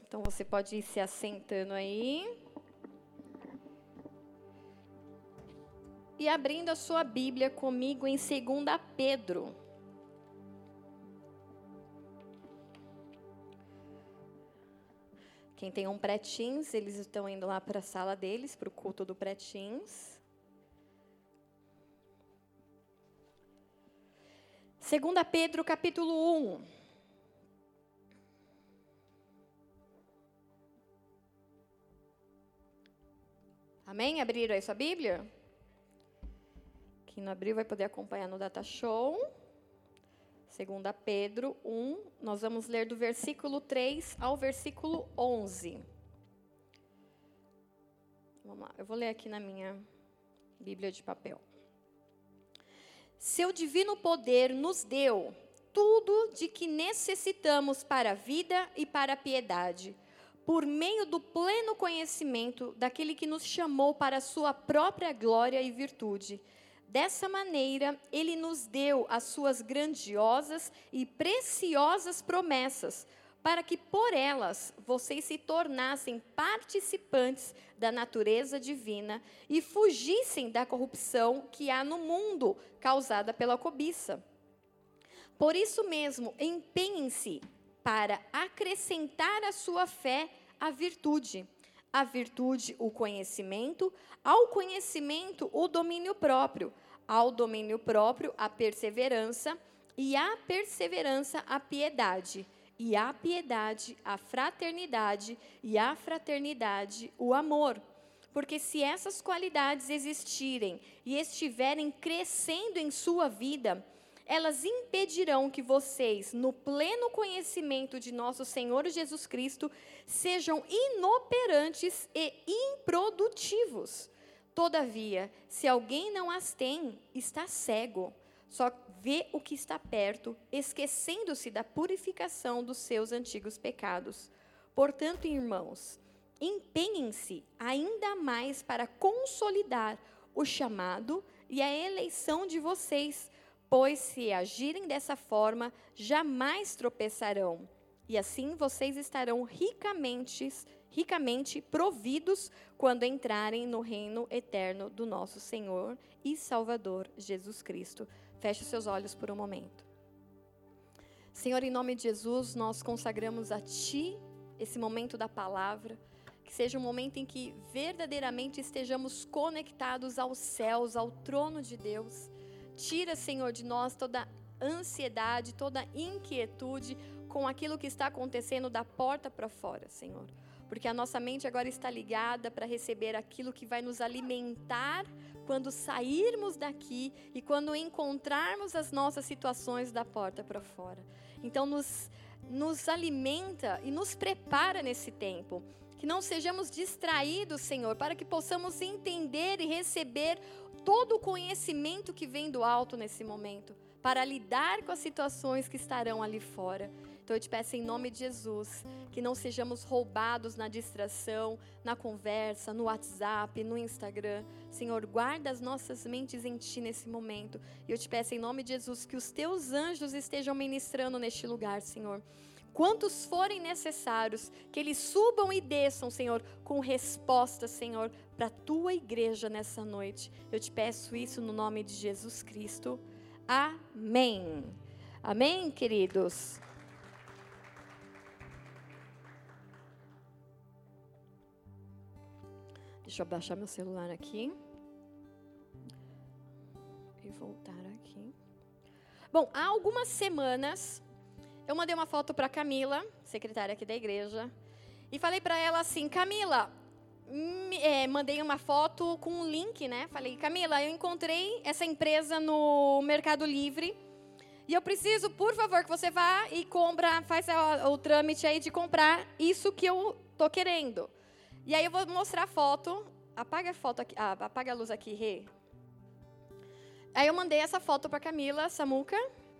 Então, você pode ir se assentando aí. E abrindo a sua Bíblia comigo em 2 Pedro. Quem tem um pré-teens, eles estão indo lá para a sala deles, para o culto do pré-teens. 2 Pedro, capítulo 1. Amém? Abriram aí sua Bíblia? Quem não abriu vai poder acompanhar no Data Show. 2 Pedro 1, nós vamos ler do versículo 3 ao versículo 11. Vamos lá, eu vou ler aqui na minha Bíblia de papel. Seu divino poder nos deu tudo de que necessitamos para a vida e para a piedade, por meio do pleno conhecimento daquele que nos chamou para a sua própria glória e virtude. Dessa maneira, ele nos deu as suas grandiosas e preciosas promessas, para que por elas vocês se tornassem participantes da natureza divina e fugissem da corrupção que há no mundo causada pela cobiça. Por isso mesmo, empenhem-se para acrescentar à sua fé a virtude, o conhecimento, ao conhecimento o domínio próprio, ao domínio próprio a perseverança, e à perseverança a piedade, e à piedade a fraternidade, e à fraternidade o amor. Porque se essas qualidades existirem e estiverem crescendo em sua vida, elas impedirão que vocês, no pleno conhecimento de nosso Senhor Jesus Cristo, sejam inoperantes e improdutivos. Todavia, se alguém não as tem, está cego, só vê o que está perto, esquecendo-se da purificação dos seus antigos pecados. Portanto, irmãos, empenhem-se ainda mais para consolidar o chamado e a eleição de vocês, pois se agirem dessa forma, jamais tropeçarão. E assim vocês estarão ricamente providos quando entrarem no reino eterno do nosso Senhor e Salvador Jesus Cristo. Feche os seus olhos por um momento. Senhor, em nome de Jesus, nós consagramos a Ti esse momento da palavra, que seja um momento em que verdadeiramente estejamos conectados aos céus, ao trono de Deus. Tira, Senhor, de nós toda ansiedade, toda inquietude com aquilo que está acontecendo da porta para fora, Senhor. Porque a nossa mente agora está ligada para receber aquilo que vai nos alimentar quando sairmos daqui e quando encontrarmos as nossas situações da porta para fora. Então, nos alimenta e nos prepara nesse tempo. Que não sejamos distraídos, Senhor, para que possamos entender e receber todo o conhecimento que vem do alto nesse momento, para lidar com as situações que estarão ali fora. Então eu te peço em nome de Jesus, que não sejamos roubados na distração, na conversa, no WhatsApp, no Instagram. Senhor, guarda as nossas mentes em Ti nesse momento. E eu te peço em nome de Jesus, que os Teus anjos estejam ministrando neste lugar, Senhor. Quantos forem necessários, que eles subam e desçam, Senhor, com respostas, Senhor, para a Tua igreja nessa noite. Eu te peço isso no nome de Jesus Cristo. Amém. Amém, queridos? Deixa eu abaixar meu celular aqui. E voltar aqui. Bom, há algumas semanas eu mandei uma foto para Camila, secretária aqui da igreja, e falei para ela assim: Camila, mandei uma foto com um link, né? Falei: Camila, eu encontrei essa empresa no Mercado Livre e eu preciso, por favor, que você vá e faz o trâmite aí de comprar isso que eu tô querendo. E aí eu vou mostrar a foto. Apaga a foto aqui, apaga a luz aqui, Rê. Aí eu mandei essa foto para Camila Samuca.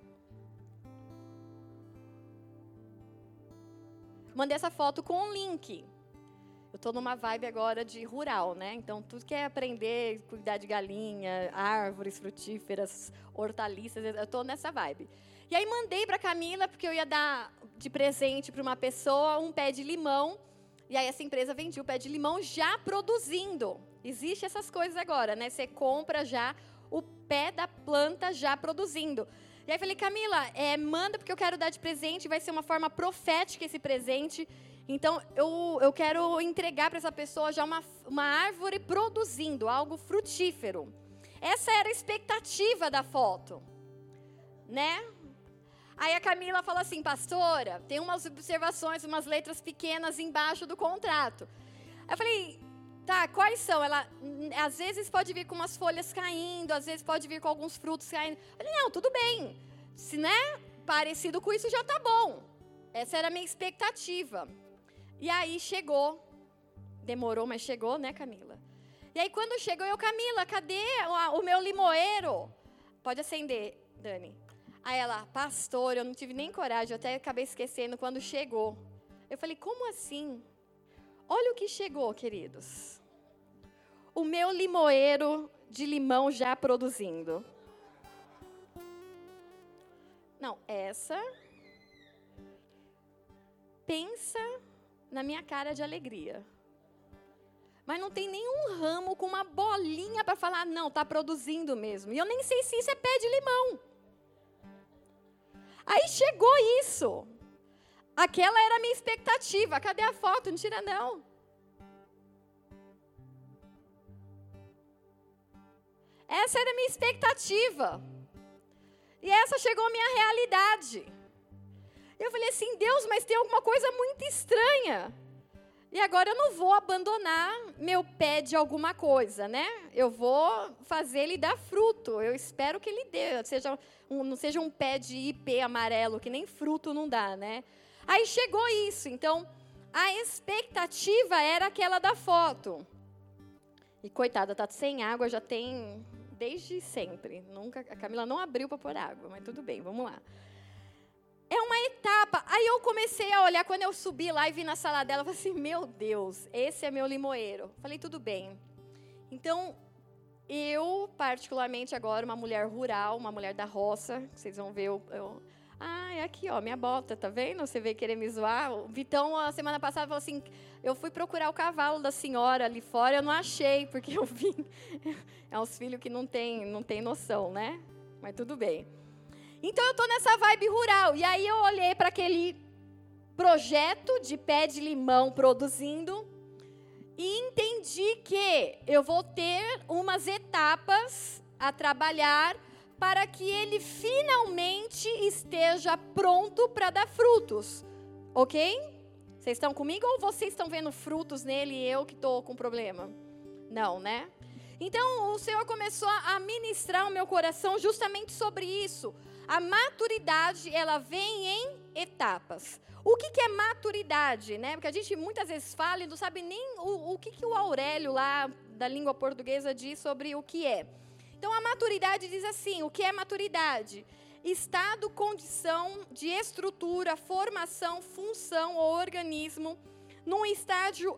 Mandei essa foto com um link. Eu estou numa vibe agora de rural, né? Então, tudo que é aprender, cuidar de galinha, árvores frutíferas, hortaliças, eu estou nessa vibe. E aí mandei para Camila, porque eu ia dar de presente para uma pessoa um pé de limão. E aí essa empresa vendia o pé de limão já produzindo. Existe essas coisas agora, né? Você compra já o pé da planta já produzindo. E aí falei, Camila, manda porque eu quero dar de presente, vai ser uma forma profética esse presente. Então, eu quero entregar para essa pessoa já uma árvore produzindo, algo frutífero. Essa era a expectativa da foto, né? Aí a Camila falou assim, pastora, tem umas observações, umas letras pequenas embaixo do contrato. Aí eu falei, tá, quais são? Ela, às vezes pode vir com umas folhas caindo, às vezes pode vir com alguns frutos caindo. Eu falei, não, tudo bem. Se não é parecido com isso, já tá bom. Essa era a minha expectativa. E aí chegou, demorou, mas chegou, né, Camila? E aí quando chegou, Camila, cadê o meu limoeiro? Pode acender, Dani. Aí ela, pastor, eu não tive nem coragem, eu até acabei esquecendo quando chegou. Eu falei, como assim? Olha o que chegou, queridos. O meu limoeiro de limão já produzindo. Não, essa... Pensa na minha cara de alegria. Mas não tem nenhum ramo com uma bolinha para falar, não, está produzindo mesmo. E eu nem sei se isso é pé de limão. Aí chegou isso. Aquela era a minha expectativa. Cadê a foto? Não tira não. Essa era a minha expectativa. E essa chegou a minha realidade. Eu falei assim, Deus, mas tem alguma coisa muito estranha. E agora eu não vou abandonar meu pé de alguma coisa, né? Eu vou fazer ele dar fruto. Eu espero que ele dê, não seja um pé de ipê amarelo, que nem fruto não dá, né? Aí chegou isso. Então, a expectativa era aquela da foto. E coitada, tá sem água, já tem desde sempre. A Camila não abriu para pôr água, mas tudo bem, vamos lá. É uma etapa. Aí eu comecei a olhar, quando eu subi lá e vi na sala dela, eu falei assim, meu Deus, esse é meu limoeiro. Falei, tudo bem. Então, eu, particularmente agora, uma mulher rural, uma mulher da roça, vocês vão ver, é aqui, ó, minha bota, tá vendo? Você veio querer me zoar. O Vitão, a semana passada, falou assim, eu fui procurar o cavalo da senhora ali fora, eu não achei, porque eu vim. É uns filhos que não tem noção, né? Mas tudo bem. Então, eu estou nessa vibe rural. E aí, eu olhei para aquele projeto de pé de limão produzindo e entendi que eu vou ter umas etapas a trabalhar para que ele finalmente esteja pronto para dar frutos. Ok? Vocês estão comigo ou vocês estão vendo frutos nele e eu que estou com problema? Não, né? Então, o Senhor começou a ministrar o meu coração justamente sobre isso. A maturidade, ela vem em etapas. O que é maturidade, né? Porque a gente muitas vezes fala e não sabe nem o que o Aurélio lá da língua portuguesa diz sobre o que é. Então, a maturidade diz assim, o que é maturidade? Estado, condição de estrutura, formação, função ou organismo num estágio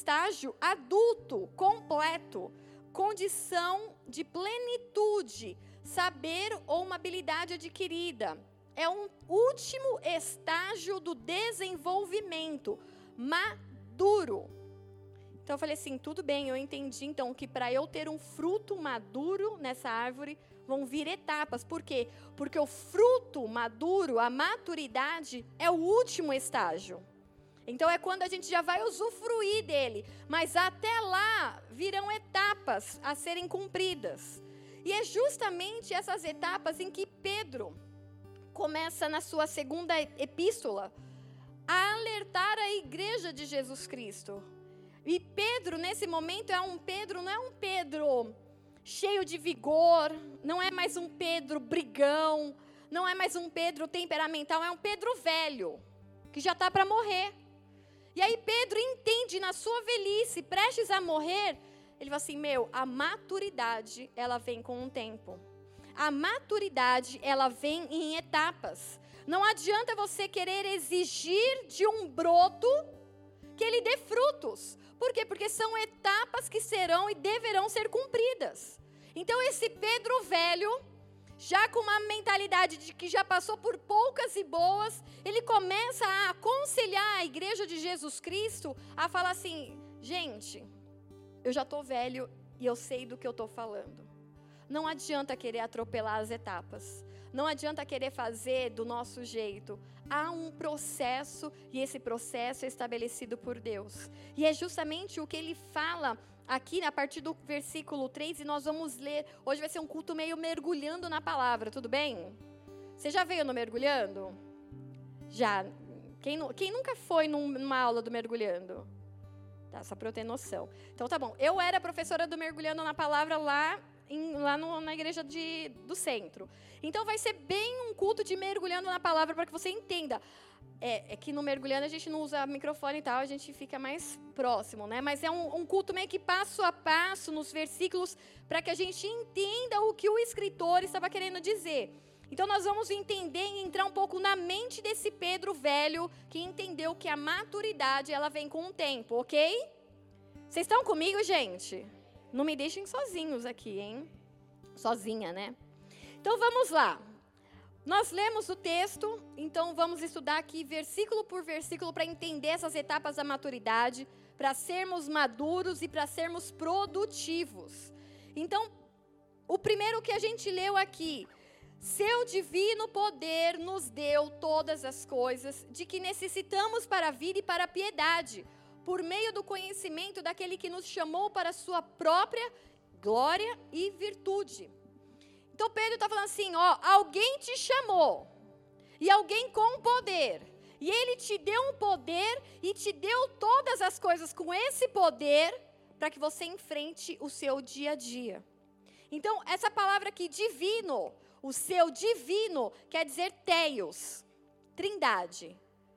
adulto, completo, condição de plenitude, saber ou uma habilidade adquirida. É um último estágio do desenvolvimento maduro. Então eu falei assim, tudo bem, eu entendi então que para eu ter um fruto maduro nessa árvore, vão vir etapas. Por quê? Porque o fruto maduro, a maturidade, é o último estágio. Então é quando a gente já vai usufruir dele. Mas até lá virão etapas a serem cumpridas. E é justamente essas etapas em que Pedro começa na sua segunda epístola a alertar a igreja de Jesus Cristo. E Pedro, nesse momento, não é um Pedro cheio de vigor, não é mais um Pedro brigão, não é mais um Pedro temperamental, é um Pedro velho, que já está para morrer. E aí Pedro entende na sua velhice, prestes a morrer, ele fala assim, a maturidade, ela vem com um tempo. A maturidade, ela vem em etapas. Não adianta você querer exigir de um broto que ele dê frutos. Por quê? Porque são etapas que serão e deverão ser cumpridas. Então, esse Pedro velho já com uma mentalidade de que já passou por poucas e boas, ele começa a aconselhar a igreja de Jesus Cristo a falar assim: gente, eu já estou velho e eu sei do que eu estou falando. Não adianta querer atropelar as etapas. Não adianta querer fazer do nosso jeito. Há um processo e esse processo é estabelecido por Deus. E é justamente o que ele fala aqui a partir do versículo 3 e nós vamos ler. Hoje vai ser um culto meio mergulhando na palavra, tudo bem? Você já veio no mergulhando? Já. Quem nunca foi numa aula do mergulhando? Tá, só para eu ter noção. Então tá bom. Eu era professora do mergulhando na palavra lá na igreja do centro. Então vai ser bem um culto de mergulhando na palavra para que você entenda. É que no mergulhando a gente não usa microfone e tal, a gente fica mais próximo, né? Mas é um culto meio que passo a passo nos versículos para que a gente entenda o que o escritor estava querendo dizer. Então nós vamos entender e entrar um pouco na mente desse Pedro velho que entendeu que a maturidade ela vem com o tempo, ok? Vocês estão comigo, gente? Não me deixem sozinhos aqui, hein? Sozinha, né? Então vamos lá. Nós lemos o texto, então vamos estudar aqui versículo por versículo para entender essas etapas da maturidade, para sermos maduros e para sermos produtivos. Então, o primeiro que a gente leu aqui: seu divino poder nos deu todas as coisas de que necessitamos para a vida e para a piedade, por meio do conhecimento daquele que nos chamou para a sua própria glória e virtude. Então Pedro está falando assim, alguém te chamou, e alguém com poder, e ele te deu um poder, e te deu todas as coisas com esse poder, para que você enfrente o seu dia a dia. Então, essa palavra aqui, divino, o seu divino, quer dizer Theos, trindade.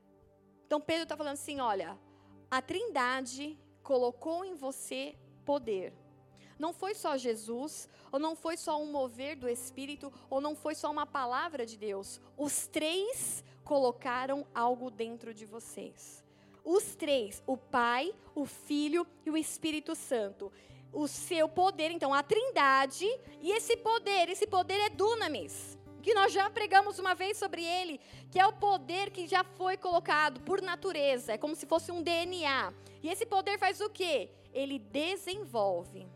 Então Pedro está falando assim, olha, a trindade colocou em você poder. Não foi só Jesus, ou não foi só um mover do Espírito, ou não foi só uma palavra de Deus. Os três colocaram algo dentro de vocês. Os três, o Pai, o Filho e o Espírito Santo. O seu poder, então, a trindade, e esse poder é dunamis, que nós já pregamos uma vez sobre ele, que é o poder que já foi colocado por natureza, é como se fosse um DNA. E esse poder faz o quê? Ele desenvolve.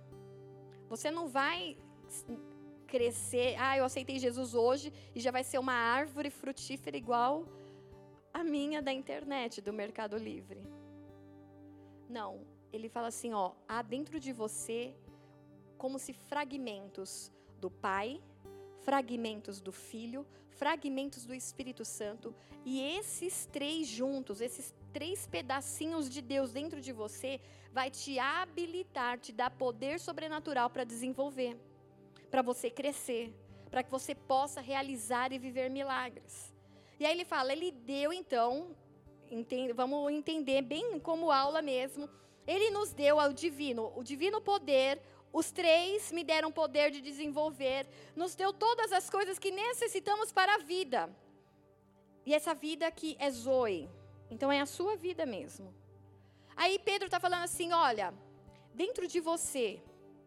Você não vai crescer, eu aceitei Jesus hoje e já vai ser uma árvore frutífera igual a minha da internet, do Mercado Livre. Não, ele fala assim, há dentro de você como se fragmentos do Pai, fragmentos do Filho, fragmentos do Espírito Santo, e esses três juntos, esses três pedacinhos de Deus dentro de você, vai te habilitar, te dar poder sobrenatural para desenvolver, para você crescer, para que você possa realizar e viver milagres. E aí ele fala, ele deu então, vamos entender bem como aula mesmo, ele nos deu o divino poder. Os três me deram poder de desenvolver, nos deu todas as coisas que necessitamos para a vida. E essa vida aqui é Zoe, então é a sua vida mesmo. Aí Pedro está falando assim, olha, dentro de você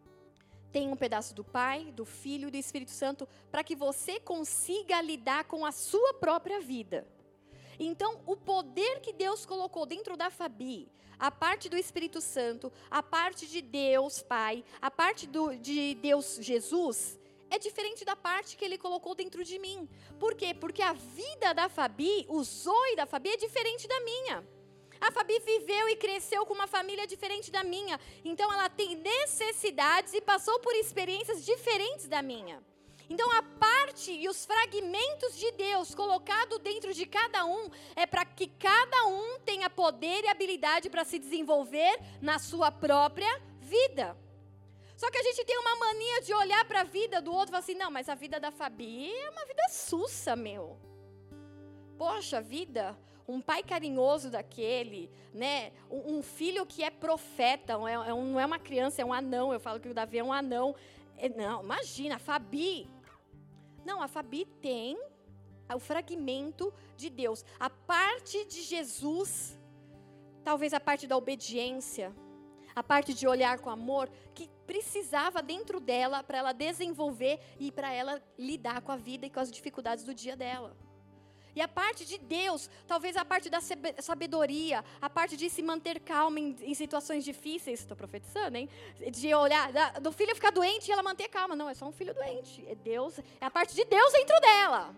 tem um pedaço do Pai, do Filho e do Espírito Santo, para que você consiga lidar com a sua própria vida. Então, o poder que Deus colocou dentro da Fabi, a parte do Espírito Santo, a parte de Deus Pai, a parte de Deus Jesus, é diferente da parte que Ele colocou dentro de mim. Por quê? Porque a vida da Fabi, o Zoe da Fabi é diferente da minha. A Fabi viveu e cresceu com uma família diferente da minha. Então, ela tem necessidades e passou por experiências diferentes da minha. Então, a parte e os fragmentos de Deus colocado dentro de cada um é para que cada um tenha poder e habilidade para se desenvolver na sua própria vida. Só que a gente tem uma mania de olhar para a vida do outro e falar assim, não, mas a vida da Fabi é uma vida sussa, meu. Poxa vida, um pai carinhoso daquele, né? Um filho que é profeta, não é uma criança, é um anão. Eu falo que o Davi é um anão. Não, imagina, a Fabi. Não, a Fabi tem o fragmento de Deus. A parte de Jesus, talvez a parte da obediência, A parte de olhar com amor, que precisava dentro dela para ela desenvolver e para ela lidar com a vida e com as dificuldades do dia dela. E a parte de Deus, talvez a parte da sabedoria, a parte de se manter calma em situações difíceis, estou profetizando, hein? De olhar, do filho ficar doente e ela manter calma. Não, é só um filho doente. É Deus, é a parte de Deus dentro dela.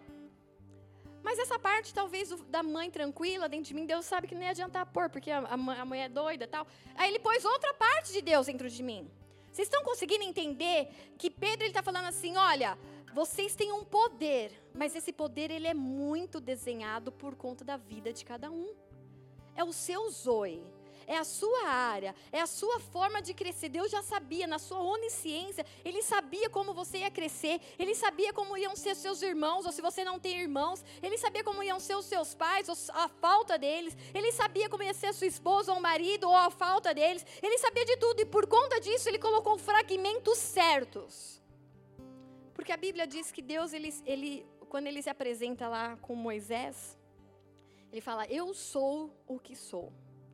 Mas essa parte, talvez, da mãe tranquila dentro de mim, Deus sabe que não ia adiantar pôr, porque a mãe é doida e tal. Aí ele pôs outra parte de Deus dentro de mim. Vocês estão conseguindo entender que Pedro está falando assim, olha, vocês têm um poder, mas esse poder ele é muito desenhado por conta da vida de cada um. É o seu zoe, é a sua área, é a sua forma de crescer. Deus já sabia, na sua onisciência, Ele sabia como você ia crescer, Ele sabia como iam ser seus irmãos, ou se você não tem irmãos, Ele sabia como iam ser os seus pais, ou a falta deles, Ele sabia como ia ser a sua esposa ou o marido, ou a falta deles, Ele sabia de tudo, e por conta disso, Ele colocou fragmentos certos. Porque a Bíblia diz que Deus, quando Ele se apresenta lá com Moisés, Ele fala, eu sou o que sou.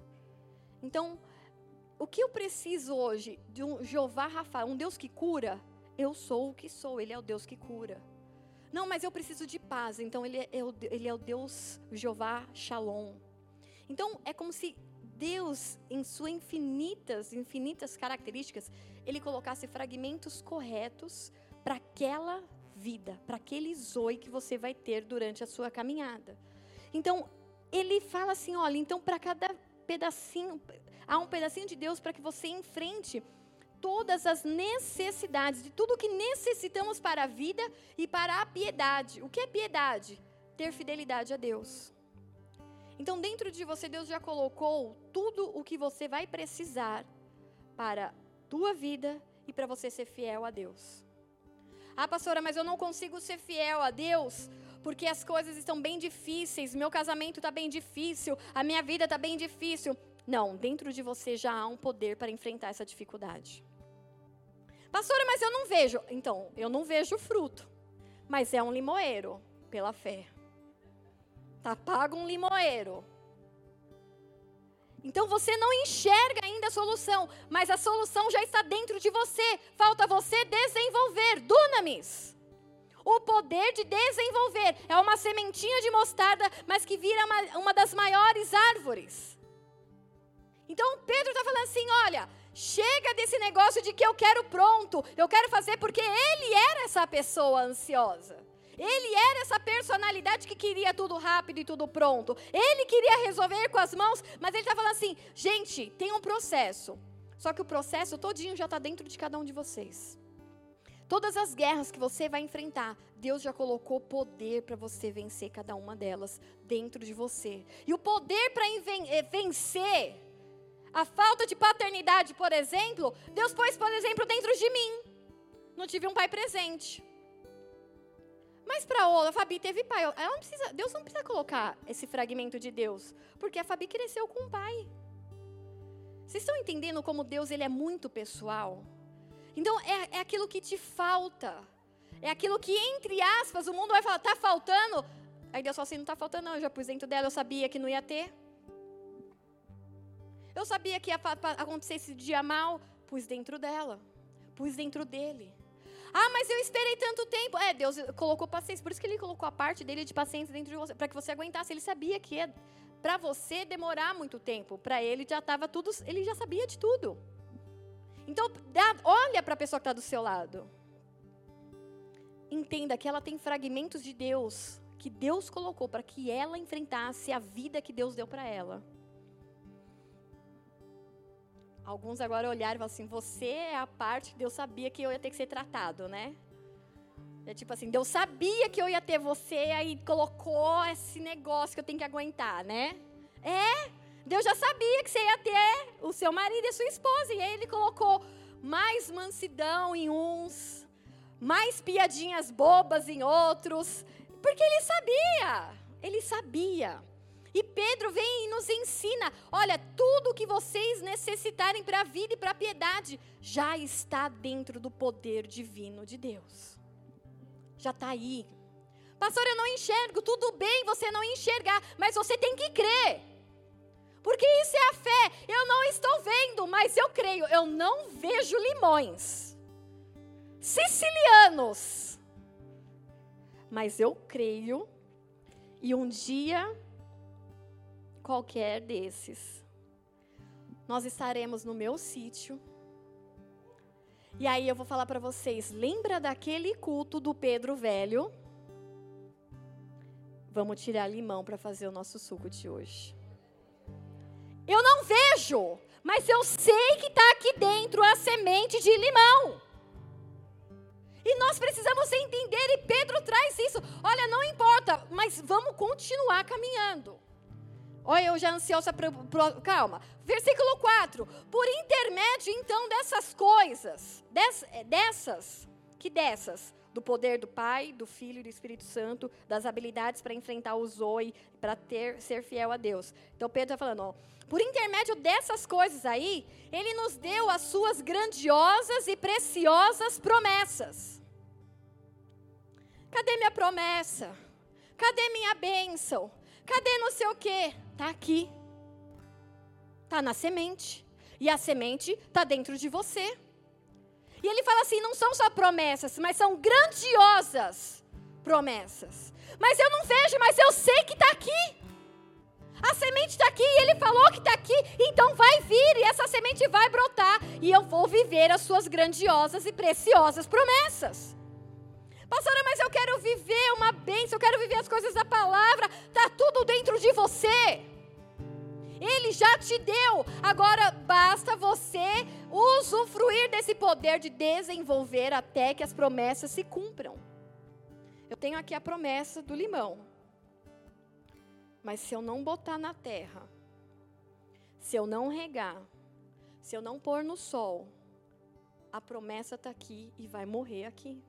Então, o que eu preciso hoje de um Jeová Rafa, um Deus que cura? Eu sou o que sou, Ele é o Deus que cura. Não, mas eu preciso de paz, então Ele é o Deus Jeová Shalom. Então, é como se Deus, em suas infinitas características, Ele colocasse fragmentos corretos para aquela vida, para aquele zoe que você vai ter durante a sua caminhada. Então, Ele fala assim, olha, então para cada pedacinho, há um pedacinho de Deus para que você enfrente todas as necessidades, de tudo que necessitamos para a vida e para a piedade. O que é piedade? Ter fidelidade a Deus. Então, dentro de você, Deus já colocou tudo o que você vai precisar para a tua vida e para você ser fiel a Deus. Ah, pastora, mas eu não consigo ser fiel a Deus porque as coisas estão bem difíceis, meu casamento está bem difícil, a minha vida está bem difícil. Não, dentro de você já há um poder para enfrentar essa dificuldade. Pastora, mas eu não vejo. Então, eu não vejo fruto, mas é um limoeiro, pela fé. Está pago um limoeiro. Então você não enxerga ainda a solução, mas a solução já está dentro de você. Falta você desenvolver, dunamis. O poder de desenvolver. É uma sementinha de mostarda, mas que vira uma das maiores árvores. Então Pedro está falando assim, olha, chega desse negócio de que eu quero pronto, eu quero fazer, porque ele era essa pessoa ansiosa. Ele era essa personalidade que queria tudo rápido e tudo pronto. Ele queria resolver com as mãos, mas ele está falando assim, gente, tem um processo. Só que o processo todinho já está dentro de cada um de vocês. Todas as guerras que você vai enfrentar, Deus já colocou poder para você vencer cada uma delas dentro de você. E o poder para vencer a falta de paternidade, por exemplo, Deus pôs, por exemplo, dentro de mim. Não tive um pai presente. Mas para a Fabi teve pai. Deus não precisa colocar esse fragmento de Deus, porque a Fabi cresceu com um pai. Vocês estão entendendo como Deus ele é muito pessoal? Então é aquilo que te falta. É aquilo que, entre aspas, o mundo vai falar, está faltando. Aí Deus fala assim, não está faltando não, eu já pus dentro dela, eu sabia que não ia ter. Eu sabia que ia acontecer esse dia mal, pus dentro dela, pus dentro dele. Ah, mas eu esperei tanto tempo. Deus colocou paciência, por isso que Ele colocou a parte dele de paciência dentro de você, para que você aguentasse. Ele sabia que ia, para você, demorar muito tempo. Para Ele já estava tudo, Ele já sabia de tudo. Então, olha para a pessoa que está do seu lado. Entenda que ela tem fragmentos de Deus, que Deus colocou para que ela enfrentasse a vida que Deus deu para ela. Alguns agora olharam e falaram assim, você é a parte que Deus sabia que eu ia ter que ser tratado, né? É tipo assim, Deus sabia que eu ia ter você, aí colocou esse negócio que eu tenho que aguentar, né? Deus já sabia que você ia ter o seu marido e a sua esposa, e aí Ele colocou mais mansidão em uns, mais piadinhas bobas em outros, porque Ele sabia. E Pedro vem e nos ensina, olha, tudo que vocês necessitarem para a vida e para a piedade, já está dentro do poder divino de Deus. Já está aí. Pastor, eu não enxergo, tudo bem você não enxergar, mas você tem que crer. Porque isso é a fé, eu não estou vendo, vendo, mas eu creio. Eu não vejo limões sicilianos, mas eu creio. E um dia qualquer desses, nós estaremos no meu sítio. E aí eu vou falar para vocês, lembra daquele culto do Pedro Velho? Vamos tirar limão para fazer o nosso suco de hoje. Eu não vejo, mas eu sei que está aqui dentro a semente de limão. E nós precisamos entender, e Pedro traz isso. Olha, não importa, mas vamos continuar caminhando. Olha, eu já ansiosa, calma. Versículo 4. Por intermédio, então, dessas coisas, dessas, do poder do Pai, do Filho e do Espírito Santo, das habilidades para enfrentar o zoe, para ser fiel a Deus. Então, Pedro está falando, ó, por intermédio dessas coisas aí, Ele nos deu as suas grandiosas e preciosas promessas. Cadê minha promessa? Cadê minha bênção? Cadê não sei o quê? Está aqui. Está na semente. E a semente está dentro de você. E ele fala assim, não são só promessas, mas são grandiosas promessas. Mas eu não vejo, mas eu sei que está aqui. A semente está aqui e ele falou que está aqui, então vai vir e essa semente vai brotar. E eu vou viver as suas grandiosas e preciosas promessas. Pastora, mas eu quero viver uma bênção, eu quero viver as coisas da palavra. Está tudo dentro de você. Ele já te deu. Agora basta você usufruir desse poder de desenvolver até que as promessas se cumpram. Eu tenho aqui a promessa do limão. Mas se eu não botar na terra, se eu não regar, se eu não pôr no sol, a promessa está aqui e vai morrer aqui.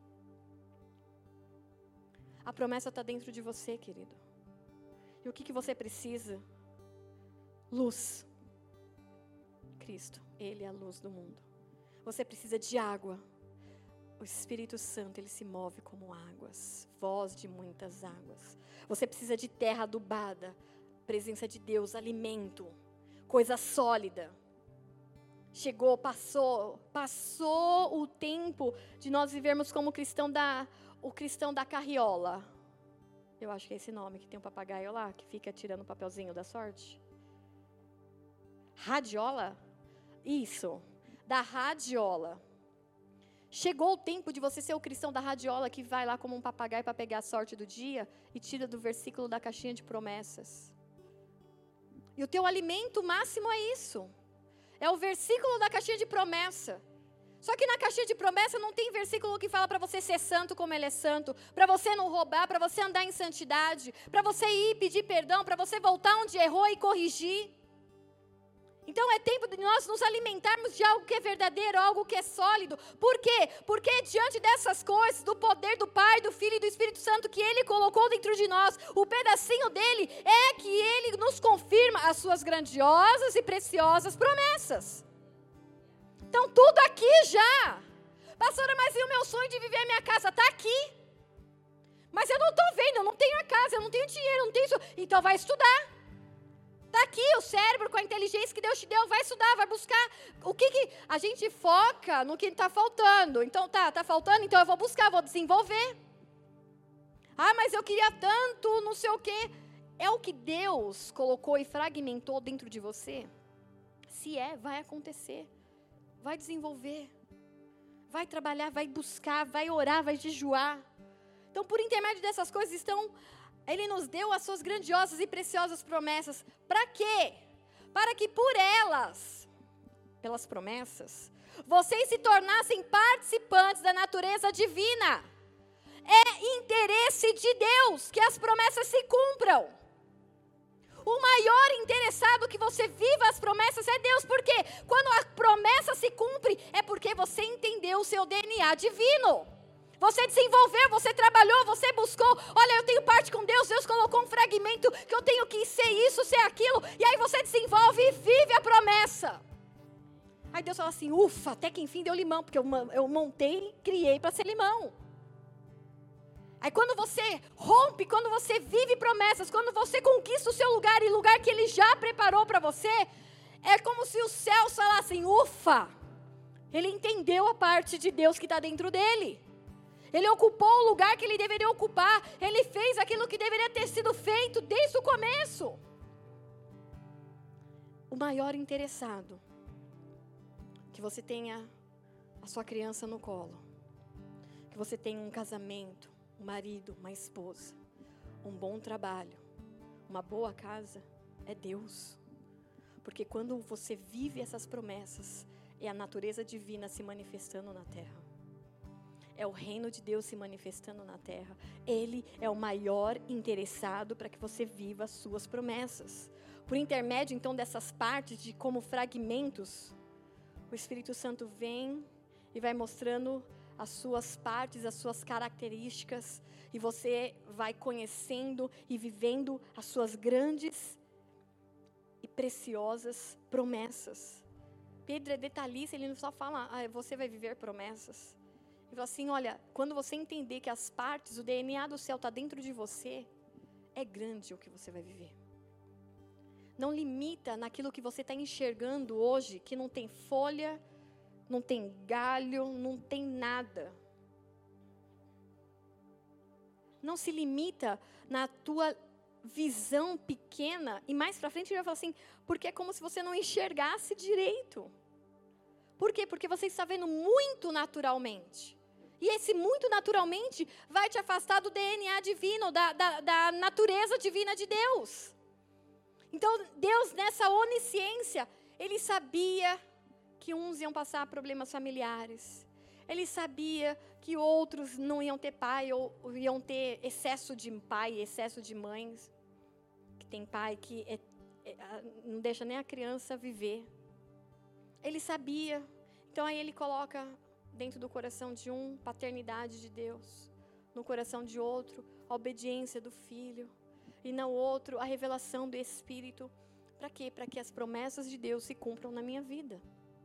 A promessa está dentro de você, querido. E o que você precisa? Luz. Cristo, Ele é a luz do mundo. Você precisa de água. O Espírito Santo, Ele se move como águas, voz de muitas águas. Você precisa de terra adubada, presença de Deus, alimento, coisa sólida. Chegou, passou o tempo de nós vivermos como o cristão da carriola. Eu acho que é esse nome, que tem um papagaio lá, que fica tirando o papelzinho da sorte. Radiola? Isso, da radiola. Chegou o tempo de você ser o cristão da radiola que vai lá como um papagaio para pegar a sorte do dia e tira do versículo da caixinha de promessas. E o teu alimento máximo é isso. É o versículo da caixinha de promessa. Só que na caixinha de promessa não tem versículo que fala para você ser santo como Ele é santo, para você não roubar, para você andar em santidade, para você ir pedir perdão, para você voltar onde errou e corrigir. Então é tempo de nós nos alimentarmos de algo que é verdadeiro, algo que é sólido. Por quê? Porque diante dessas coisas, do poder do Pai, do Filho e do Espírito Santo que Ele colocou dentro de nós, o pedacinho dele é que Ele nos confirma as suas grandiosas e preciosas promessas. Então tudo aqui já. Pastora, mas e o meu sonho de viver a minha casa? Está aqui. Mas eu não estou vendo, eu não tenho a casa, eu não tenho dinheiro, eu não tenho isso. Então vai estudar. Está aqui o cérebro com a inteligência que Deus te deu, vai estudar, vai buscar. O que a gente foca no que está faltando. Então tá faltando, então eu vou buscar, vou desenvolver. Ah, mas eu queria tanto, não sei o quê. É o que Deus colocou e fragmentou dentro de você? Se vai acontecer. Vai desenvolver. Vai trabalhar, vai buscar, vai orar, vai jejuar. Então, por intermédio dessas coisas, Ele nos deu as suas grandiosas e preciosas promessas. Para quê? Para que por elas, pelas promessas, vocês se tornassem participantes da natureza divina. É interesse de Deus que as promessas se cumpram. O maior interessado que você viva as promessas é Deus. Por quê? Quando a promessa se cumpre, é porque você entendeu o seu DNA divino. Você desenvolveu, você trabalhou, você buscou. Olha, eu tenho parte com Deus, Deus colocou um fragmento que eu tenho que ser isso, ser aquilo. E aí você desenvolve e vive a promessa. Aí Deus fala assim, ufa, até que enfim deu limão, porque eu montei e criei para ser limão. Aí quando você rompe, quando você vive promessas, quando você conquista o seu lugar e lugar que Ele já preparou para você, é como se os céus falassem, Ufa! Ele entendeu a parte de Deus que está dentro dele. Ele ocupou o lugar que ele deveria ocupar. Ele fez aquilo que deveria ter sido feito desde o começo. O maior interessado, que você tenha a sua criança no colo, que você tenha um casamento, um marido, uma esposa, um bom trabalho, uma boa casa, é Deus. Porque quando você vive essas promessas, é a natureza divina se manifestando na terra. É o reino de Deus se manifestando na terra. Ele é o maior interessado para que você viva as suas promessas. Por intermédio, então, dessas partes, de como fragmentos, o Espírito Santo vem e vai mostrando as suas partes, as suas características, e você vai conhecendo e vivendo as suas grandes e preciosas promessas. Pedro é detalhista, ele não só fala, você vai viver promessas. Ele fala assim, olha, quando você entender que as partes, o DNA do céu está dentro de você, é grande o que você vai viver. Não limita naquilo que você está enxergando hoje, que não tem folha, não tem galho, não tem nada. Não se limita na tua visão pequena, e mais para frente ele vai falar assim, porque é como se você não enxergasse direito. Por quê? Porque você está vendo muito naturalmente. E esse muito naturalmente vai te afastar do DNA divino, da natureza divina de Deus. Então, Deus, nessa onisciência, Ele sabia que uns iam passar problemas familiares. Ele sabia que outros não iam ter pai, ou iam ter excesso de pai, excesso de mães. Que tem pai que não deixa nem a criança viver. Ele sabia. Então, aí Ele coloca dentro do coração de um, paternidade de Deus. No coração de outro, a obediência do Filho. E no outro, a revelação do Espírito. Para quê? Para que as promessas de Deus se cumpram na minha vida.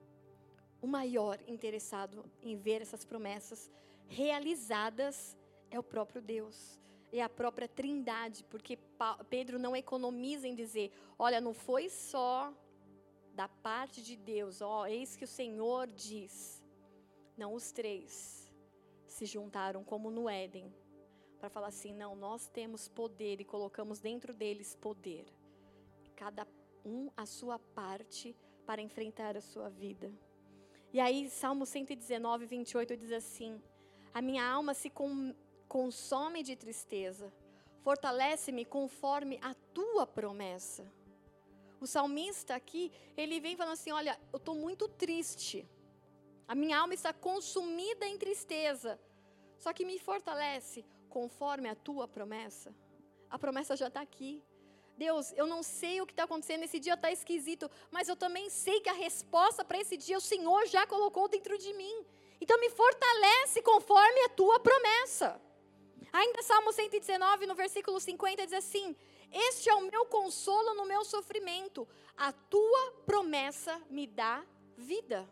O maior interessado em ver essas promessas realizadas é o próprio Deus. É a própria Trindade. Porque Pedro não economiza em dizer, olha, não foi só da parte de Deus, eis que o Senhor diz. Não, os três se juntaram como no Éden, para falar assim, não, nós temos poder e colocamos dentro deles poder. Cada um a sua parte para enfrentar a sua vida. E aí, Salmo 119, 28 diz assim, a minha alma se consome de tristeza, fortalece-me conforme a tua promessa. O salmista aqui, ele vem falando assim, olha, eu estou muito triste. A minha alma está consumida em tristeza. Só que me fortalece conforme a tua promessa. A promessa já está aqui. Deus, eu não sei o que está acontecendo, esse dia está esquisito, mas eu também sei que a resposta para esse dia o Senhor já colocou dentro de mim. Então me fortalece conforme a tua promessa. Ainda Salmo 119, no versículo 50, diz assim, este é o meu consolo no meu sofrimento, a tua promessa me dá vida.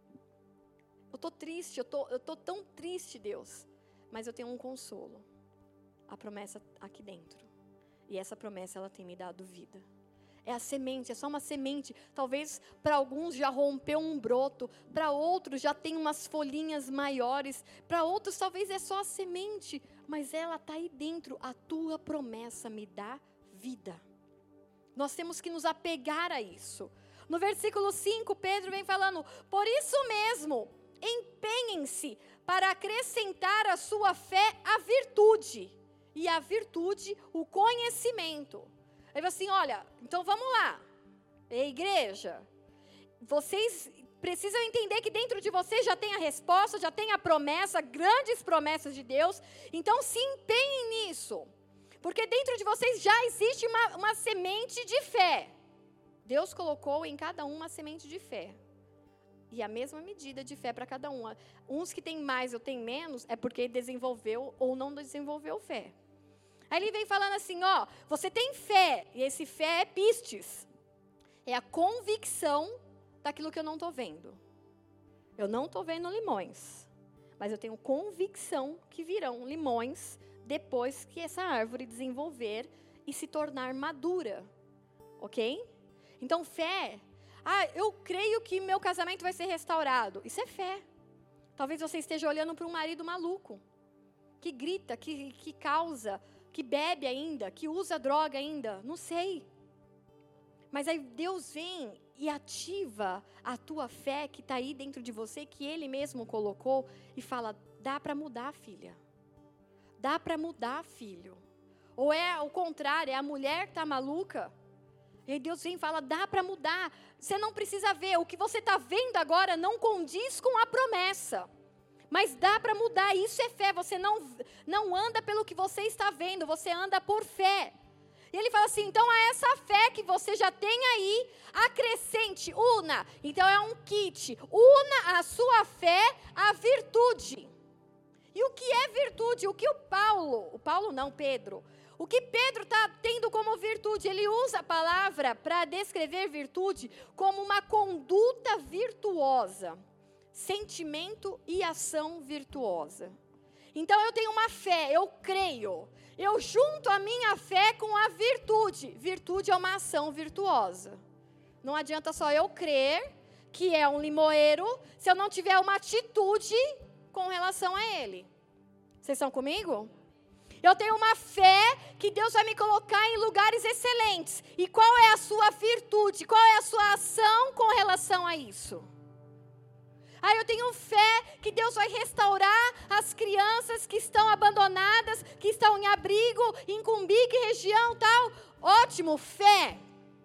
Eu estou triste, eu tô tão triste, Deus, mas eu tenho um consolo, a promessa aqui dentro, e essa promessa ela tem me dado vida. É a semente, é só uma semente, talvez para alguns já rompeu um broto, para outros já tem umas folhinhas maiores, para outros talvez é só a semente, mas ela está aí dentro, a tua promessa me dá vida. Nós temos que nos apegar a isso. No versículo 5, Pedro vem falando, por isso mesmo, empenhem-se para acrescentar à sua fé a virtude, e a virtude o conhecimento. Ele falou assim, olha, então vamos lá, igreja, vocês precisam entender que dentro de vocês já tem a resposta, já tem a promessa, grandes promessas de Deus, então se empenhem nisso, porque dentro de vocês já existe uma semente de fé. Deus colocou em cada um uma semente de fé. E a mesma medida de fé para cada um. Uns que têm mais ou têm menos, é porque desenvolveu ou não desenvolveu fé. Aí ele vem falando assim, você tem fé, e esse fé é pistes. É a convicção daquilo que eu não estou vendo. Eu não estou vendo limões, mas eu tenho convicção que virão limões depois que essa árvore desenvolver e se tornar madura. Ok? Então fé, eu creio que meu casamento vai ser restaurado. Isso é fé. Talvez você esteja olhando para um marido maluco, que grita, que causa, que bebe ainda, que usa droga ainda, não sei. Mas aí Deus vem e ativa a tua fé que está aí dentro de você, que Ele mesmo colocou, e fala, dá para mudar, filha. Dá para mudar, filho. Ou é o contrário, é a mulher que está maluca. E aí Deus vem e fala, dá para mudar. Você não precisa ver, o que você está vendo agora não condiz com a promessa. Mas dá para mudar, isso é fé. Você não anda pelo que você está vendo, você anda por fé. E ele fala assim, então a essa fé que você já tem aí, acrescente, una. Então é um kit, una a sua fé à virtude. E o que é virtude? O que Pedro, o que Pedro está tendo como virtude? Ele usa a palavra para descrever virtude como uma conduta virtuosa, sentimento e ação virtuosa. Então eu tenho uma fé, eu creio, eu junto a minha fé com a virtude. Virtude é uma ação virtuosa. Não adianta só eu crer que é um limoeiro, se eu não tiver uma atitude com relação a ele. Vocês estão comigo? Eu tenho uma fé que Deus vai me colocar em lugares excelentes. E qual é a sua virtude? Qual é a sua ação com relação a isso? Eu tenho fé que Deus vai restaurar as crianças que estão abandonadas, que estão em abrigo, em Cumbica, região tal. Ótimo, fé.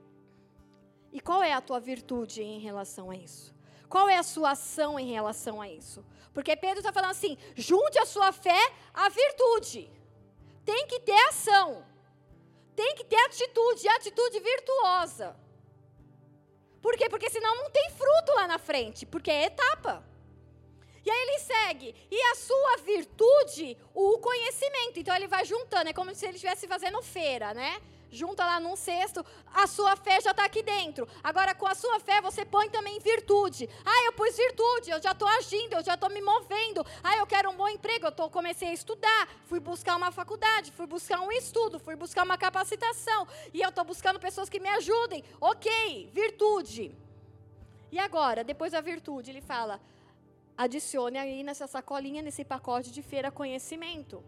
E qual é a tua virtude em relação a isso? Qual é a sua ação em relação a isso? Porque Pedro está falando assim, junte a sua fé à virtude. Tem que ter ação. Tem que ter atitude virtuosa. Por quê? Porque senão não tem fruto lá na frente, porque é etapa. E aí ele segue, e a sua virtude, o conhecimento. Então ele vai juntando, é como se ele estivesse fazendo feira, né? Junta lá num cesto, a sua fé já está aqui dentro. Agora com a sua fé você põe também virtude. Eu pus virtude, eu já estou agindo, eu já estou me movendo. Eu quero um bom emprego, comecei a estudar, fui buscar uma faculdade, fui buscar um estudo, fui buscar uma capacitação. E eu estou buscando pessoas que me ajudem. Ok, virtude. E agora, depois da virtude, ele fala, adicione aí nessa sacolinha, nesse pacote de feira, conhecimento.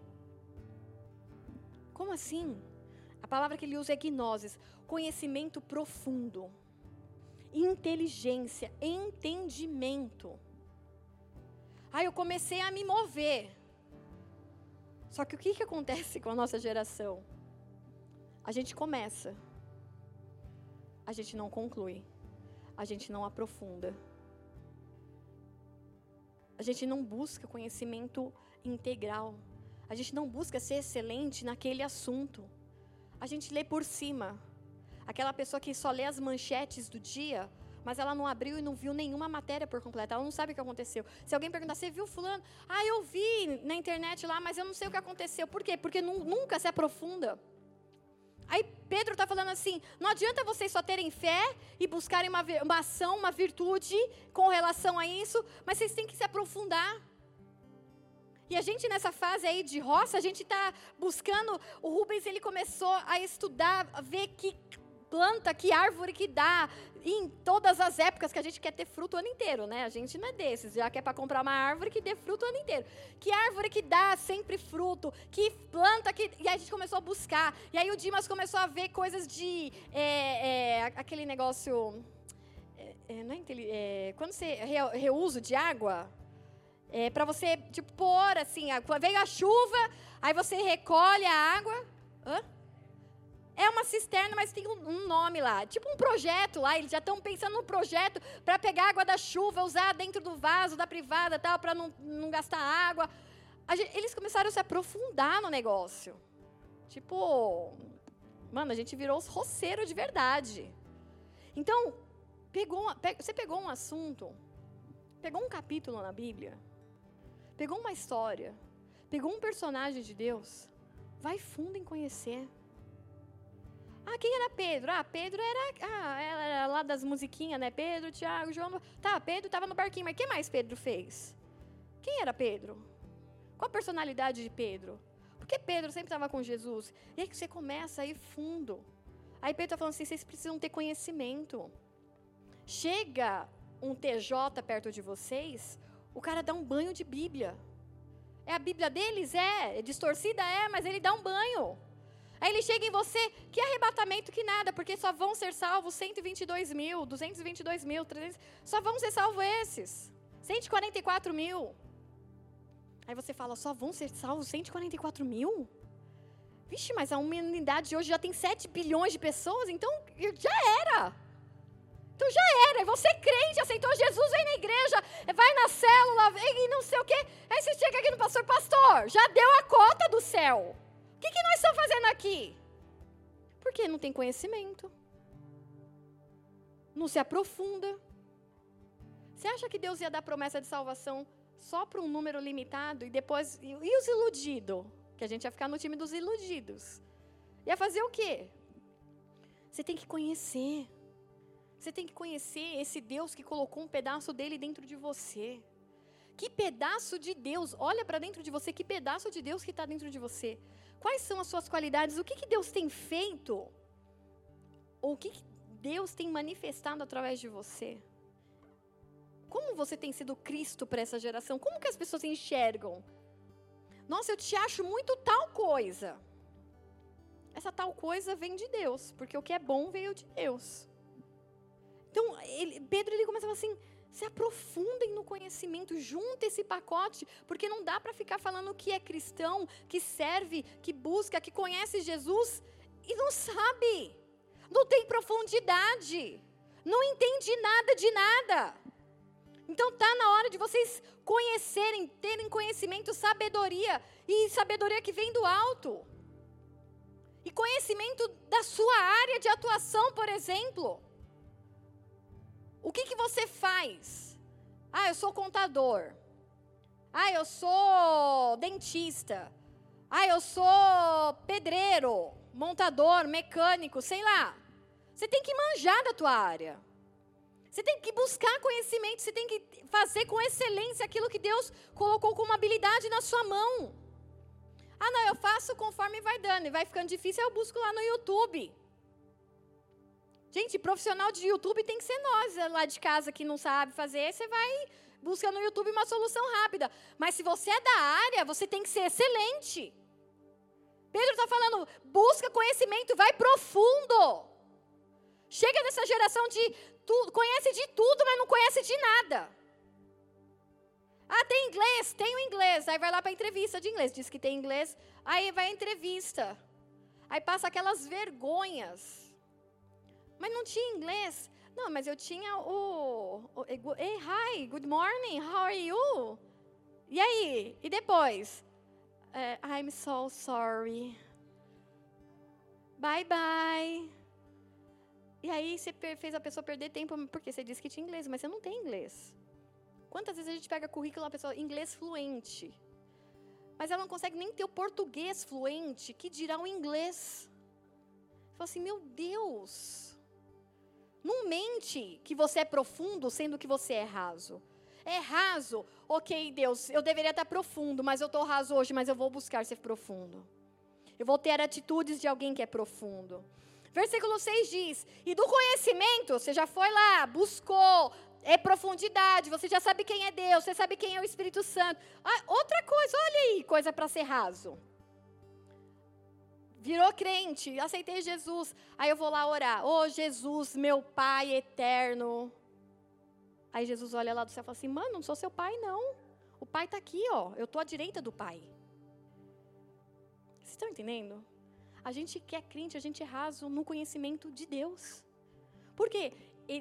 Como assim? A palavra que ele usa é gnoses, conhecimento profundo, inteligência, entendimento. Eu comecei a me mover. Só que o que acontece com a nossa geração? A gente começa, a gente não conclui, a gente não aprofunda. A gente não busca conhecimento integral, a gente não busca ser excelente naquele assunto. A gente lê por cima. Aquela pessoa que só lê as manchetes do dia, mas ela não abriu e não viu nenhuma matéria por completo. Ela não sabe o que aconteceu. Se alguém perguntar, você viu fulano? Eu vi na internet lá, mas eu não sei o que aconteceu. Por quê? Porque nunca se aprofunda. Aí Pedro está falando assim, não adianta vocês só terem fé e buscarem uma ação, uma virtude com relação a isso, mas vocês têm que se aprofundar. E a gente nessa fase aí de roça, a gente está buscando, o Rubens ele começou a estudar, a ver que planta, que árvore que dá, em todas as épocas que a gente quer ter fruto o ano inteiro, né? A gente não é desses, já quer para comprar uma árvore que dê fruto o ano inteiro. Que árvore que dá sempre fruto, que planta que... E aí a gente começou a buscar, e aí o Dimas começou a ver coisas de, aquele negócio, quando você reuso de água... para você, pôr assim, veio a chuva, aí você recolhe a água. É uma cisterna, mas tem um nome lá, tipo um projeto lá, eles já estão pensando no projeto para pegar a água da chuva, usar dentro do vaso da privada, tal, para não gastar água. Eles começaram a se aprofundar no negócio. Mano, a gente virou os roceiros de verdade. Então, você pegou um assunto, pegou um capítulo na Bíblia, pegou uma história, pegou um personagem de Deus, vai fundo em conhecer. Quem era Pedro? Pedro era lá das musiquinhas, né? Pedro, Tiago, João. Pedro estava no barquinho, mas o que mais Pedro fez? Quem era Pedro? Qual a personalidade de Pedro? Porque Pedro sempre estava com Jesus. E aí que você começa a ir fundo. Aí Pedro está falando assim, vocês precisam ter conhecimento. Chega um TJ perto de vocês, o cara dá um banho de Bíblia. É a Bíblia deles? É distorcida? É, mas ele dá um banho. Aí ele chega em você, que arrebatamento que nada, porque só vão ser salvos 122 mil, 222 mil, 300, só vão ser salvos esses. 144 mil. Aí você fala, só vão ser salvos 144 mil? Vixe, mas a humanidade hoje já tem 7 bilhões de pessoas, então já era. Então já era, e você crente, aceitou Jesus, vem na igreja, vai na célula, e não sei o quê. Aí você chega aqui no pastor, já deu a cota do céu. O que nós estamos fazendo aqui? Porque não tem conhecimento. Não se aprofunda. Você acha que Deus ia dar promessa de salvação só para um número limitado? E depois, e os iludidos? Que a gente ia ficar no time dos iludidos. Ia fazer o quê? Você tem que conhecer. Você tem que conhecer esse Deus que colocou um pedaço dele dentro de você. Que pedaço de Deus, olha para dentro de você, que pedaço de Deus que está dentro de você. Quais são as suas qualidades? O que Deus tem feito? Ou o que Deus tem manifestado através de você? Como você tem sido Cristo para essa geração? Como que as pessoas enxergam? Nossa, eu te acho muito tal coisa. Essa tal coisa vem de Deus, porque o que é bom veio de Deus. Então, Pedro começa a falar assim, se aprofundem no conhecimento, junta esse pacote, porque não dá para ficar falando que é cristão, que serve, que busca, que conhece Jesus, e não sabe, não tem profundidade, não entende nada de nada. Então está na hora de vocês conhecerem, terem conhecimento, sabedoria, e sabedoria que vem do alto. E conhecimento da sua área de atuação, por exemplo. O que você faz? Ah, eu sou contador. Ah, eu sou dentista. Ah, eu sou pedreiro, montador, mecânico, sei lá. Você tem que manjar da tua área. Você tem que buscar conhecimento, você tem que fazer com excelência aquilo que Deus colocou como habilidade na sua mão. Ah, não, eu faço conforme vai dando, e vai ficando difícil, eu busco lá no YouTube. Gente, profissional de YouTube tem que ser nós, lá de casa que não sabe fazer, você vai buscar no YouTube uma solução rápida. Mas se você é da área, você tem que ser excelente. Pedro está falando, busca conhecimento, vai profundo. Chega dessa geração de tudo, conhece de tudo, mas não conhece de nada. Ah, tem inglês? Tenho inglês. Aí vai lá para a entrevista de inglês, diz que tem inglês, aí vai a entrevista. Aí passa aquelas vergonhas. Mas não tinha inglês. Não, mas eu tinha hey, hi, good morning, how are you? E aí? E depois? I'm so sorry. Bye, bye. E aí você fez a pessoa perder tempo, porque você disse que tinha inglês, mas você não tem inglês. Quantas vezes a gente pega currículo, a pessoa, inglês fluente. Mas ela não consegue nem ter o português fluente, que dirá o inglês. Você fala assim, meu Deus... Não mente que você é profundo, sendo que você é raso. É raso, ok, Deus, eu deveria estar profundo, mas eu estou raso hoje, mas eu vou buscar ser profundo. Eu vou ter atitudes de alguém que é profundo. Versículo 6 diz, e do conhecimento, você já foi lá, buscou, é profundidade, você já sabe quem é Deus, você sabe quem é o Espírito Santo. Ah, outra coisa, olha aí, coisa para ser raso. Virou crente, aceitei Jesus. Aí eu vou lá orar. Oh, Jesus, meu Pai eterno. Aí Jesus olha lá do céu e fala assim, mano, não sou seu pai, não. O pai está aqui, ó. Eu estou à direita do pai. Vocês estão entendendo? A gente que é crente, a gente é raso no conhecimento de Deus. Por quê?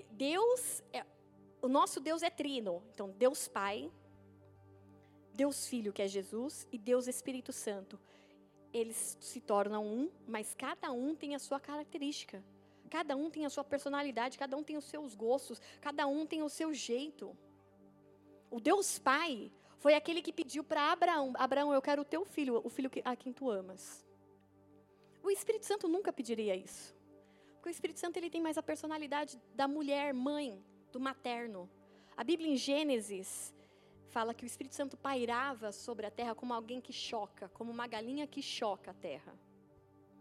O nosso Deus é trino. Então, Deus Pai, Deus Filho, que é Jesus, e Deus Espírito Santo. Eles se tornam um, mas cada um tem a sua característica. Cada um tem a sua personalidade, cada um tem os seus gostos, cada um tem o seu jeito. O Deus Pai foi aquele que pediu para Abraão, Abraão, eu quero o teu filho, o filho a quem tu amas. O Espírito Santo nunca pediria isso. Porque o Espírito Santo ele tem mais a personalidade da mulher, mãe, do materno. A Bíblia em Gênesis fala que o Espírito Santo pairava sobre a terra como alguém que choca, como uma galinha que choca a terra.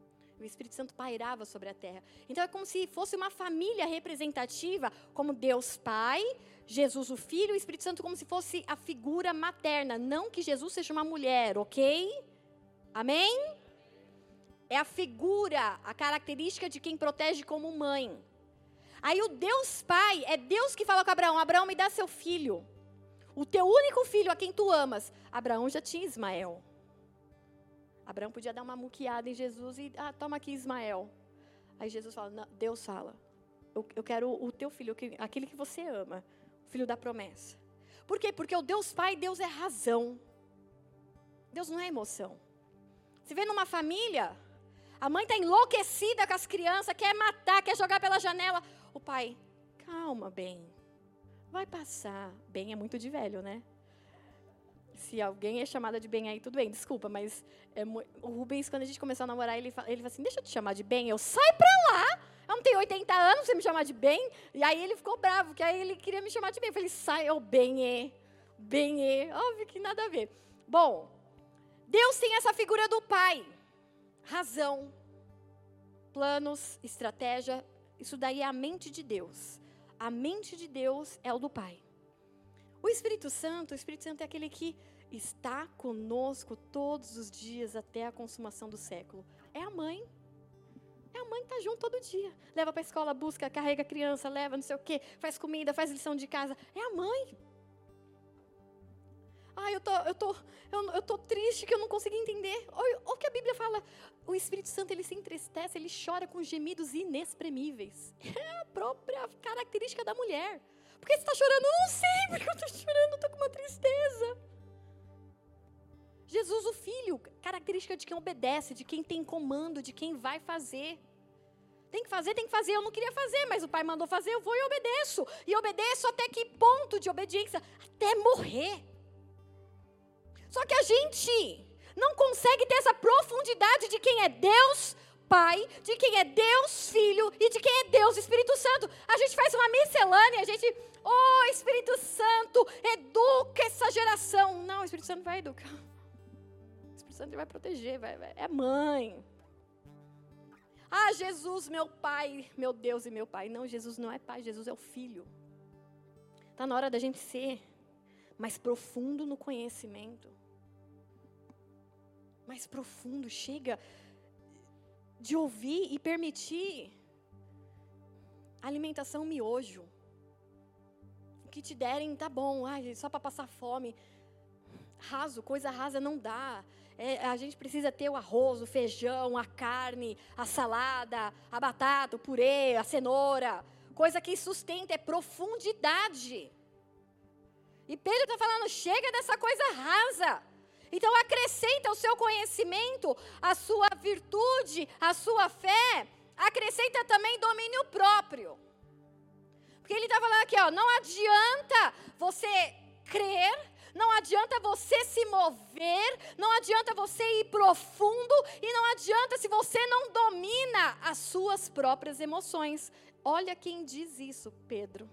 O Espírito Santo pairava sobre a terra. Então é como se fosse uma família representativa, como Deus Pai, Jesus o Filho, o Espírito Santo como se fosse a figura materna. Não que Jesus seja uma mulher, ok? Amém? É a figura, a característica de quem protege como mãe. Aí o Deus Pai, é Deus que fala com Abraão, Abraão, me dá seu filho. O teu único filho a quem tu amas. Abraão já tinha Ismael. Abraão podia dar uma muqueada em Jesus e, toma aqui Ismael. Aí Jesus fala, não, Deus fala, eu quero o teu filho, aquele que você ama, o filho da promessa. Por quê? Porque o Deus Pai, Deus é razão. Deus não é emoção. Você vê numa família, a mãe está enlouquecida com as crianças, quer matar, quer jogar pela janela. O pai, calma, bem, vai passar. Bem é muito de velho, né? Se alguém é chamada de bem aí, tudo bem, desculpa, mas o Rubens, quando a gente começou a namorar, ele fala assim, deixa eu te chamar de bem. Eu, sai pra lá, eu não tenho 80 anos, você me chamar de bem. E aí ele ficou bravo, que aí ele queria me chamar de bem. Eu falei, sai, bem, óbvio que nada a ver. Bom, Deus tem essa figura do pai, razão, planos, estratégia, isso daí é a mente de Deus. A mente de Deus é o do pai. O Espírito Santo é aquele que está conosco todos os dias até a consumação do século. É a mãe. É a mãe que está junto todo dia. Leva para a escola, busca, carrega a criança, leva não sei o quê, faz comida, faz lição de casa. É a mãe. Eu tô triste que eu não consegui entender. Olha o que a Bíblia fala. O Espírito Santo, ele se entristece, ele chora com gemidos inexprimíveis. É a própria característica da mulher. Por que você está chorando? Eu não sei porque eu estou chorando, eu estou com uma tristeza. Jesus, o Filho, característica de quem obedece, de quem tem comando, de quem vai fazer. Tem que fazer. Eu não queria fazer, mas o Pai mandou fazer, eu vou e obedeço. E obedeço até que ponto de obediência? Até morrer. Só que a gente não consegue ter essa profundidade de quem é Deus Pai, de quem é Deus Filho e de quem é Deus Espírito Santo. A gente faz uma miscelânea, a gente, Espírito Santo, educa essa geração. Não, o Espírito Santo vai educar. O Espírito Santo vai proteger, é mãe. Jesus, meu Pai, meu Deus e meu Pai. Não, Jesus não é Pai, Jesus é o Filho. Está na hora da gente ser mais profundo no conhecimento. Mais profundo, chega de ouvir e permitir alimentação miojo. O que te derem, tá bom, só para passar fome. Raso, coisa rasa não dá. A gente precisa ter o arroz, o feijão, a carne, a salada, a batata, o purê, a cenoura. Coisa que sustenta, é profundidade. E Pedro está falando, chega dessa coisa rasa. Então acrescenta o seu conhecimento, a sua virtude, a sua fé, acrescenta também domínio próprio. Porque ele está falando aqui, não adianta você crer, não adianta você se mover, não adianta você ir profundo e não adianta se você não domina as suas próprias emoções. Olha quem diz isso, Pedro.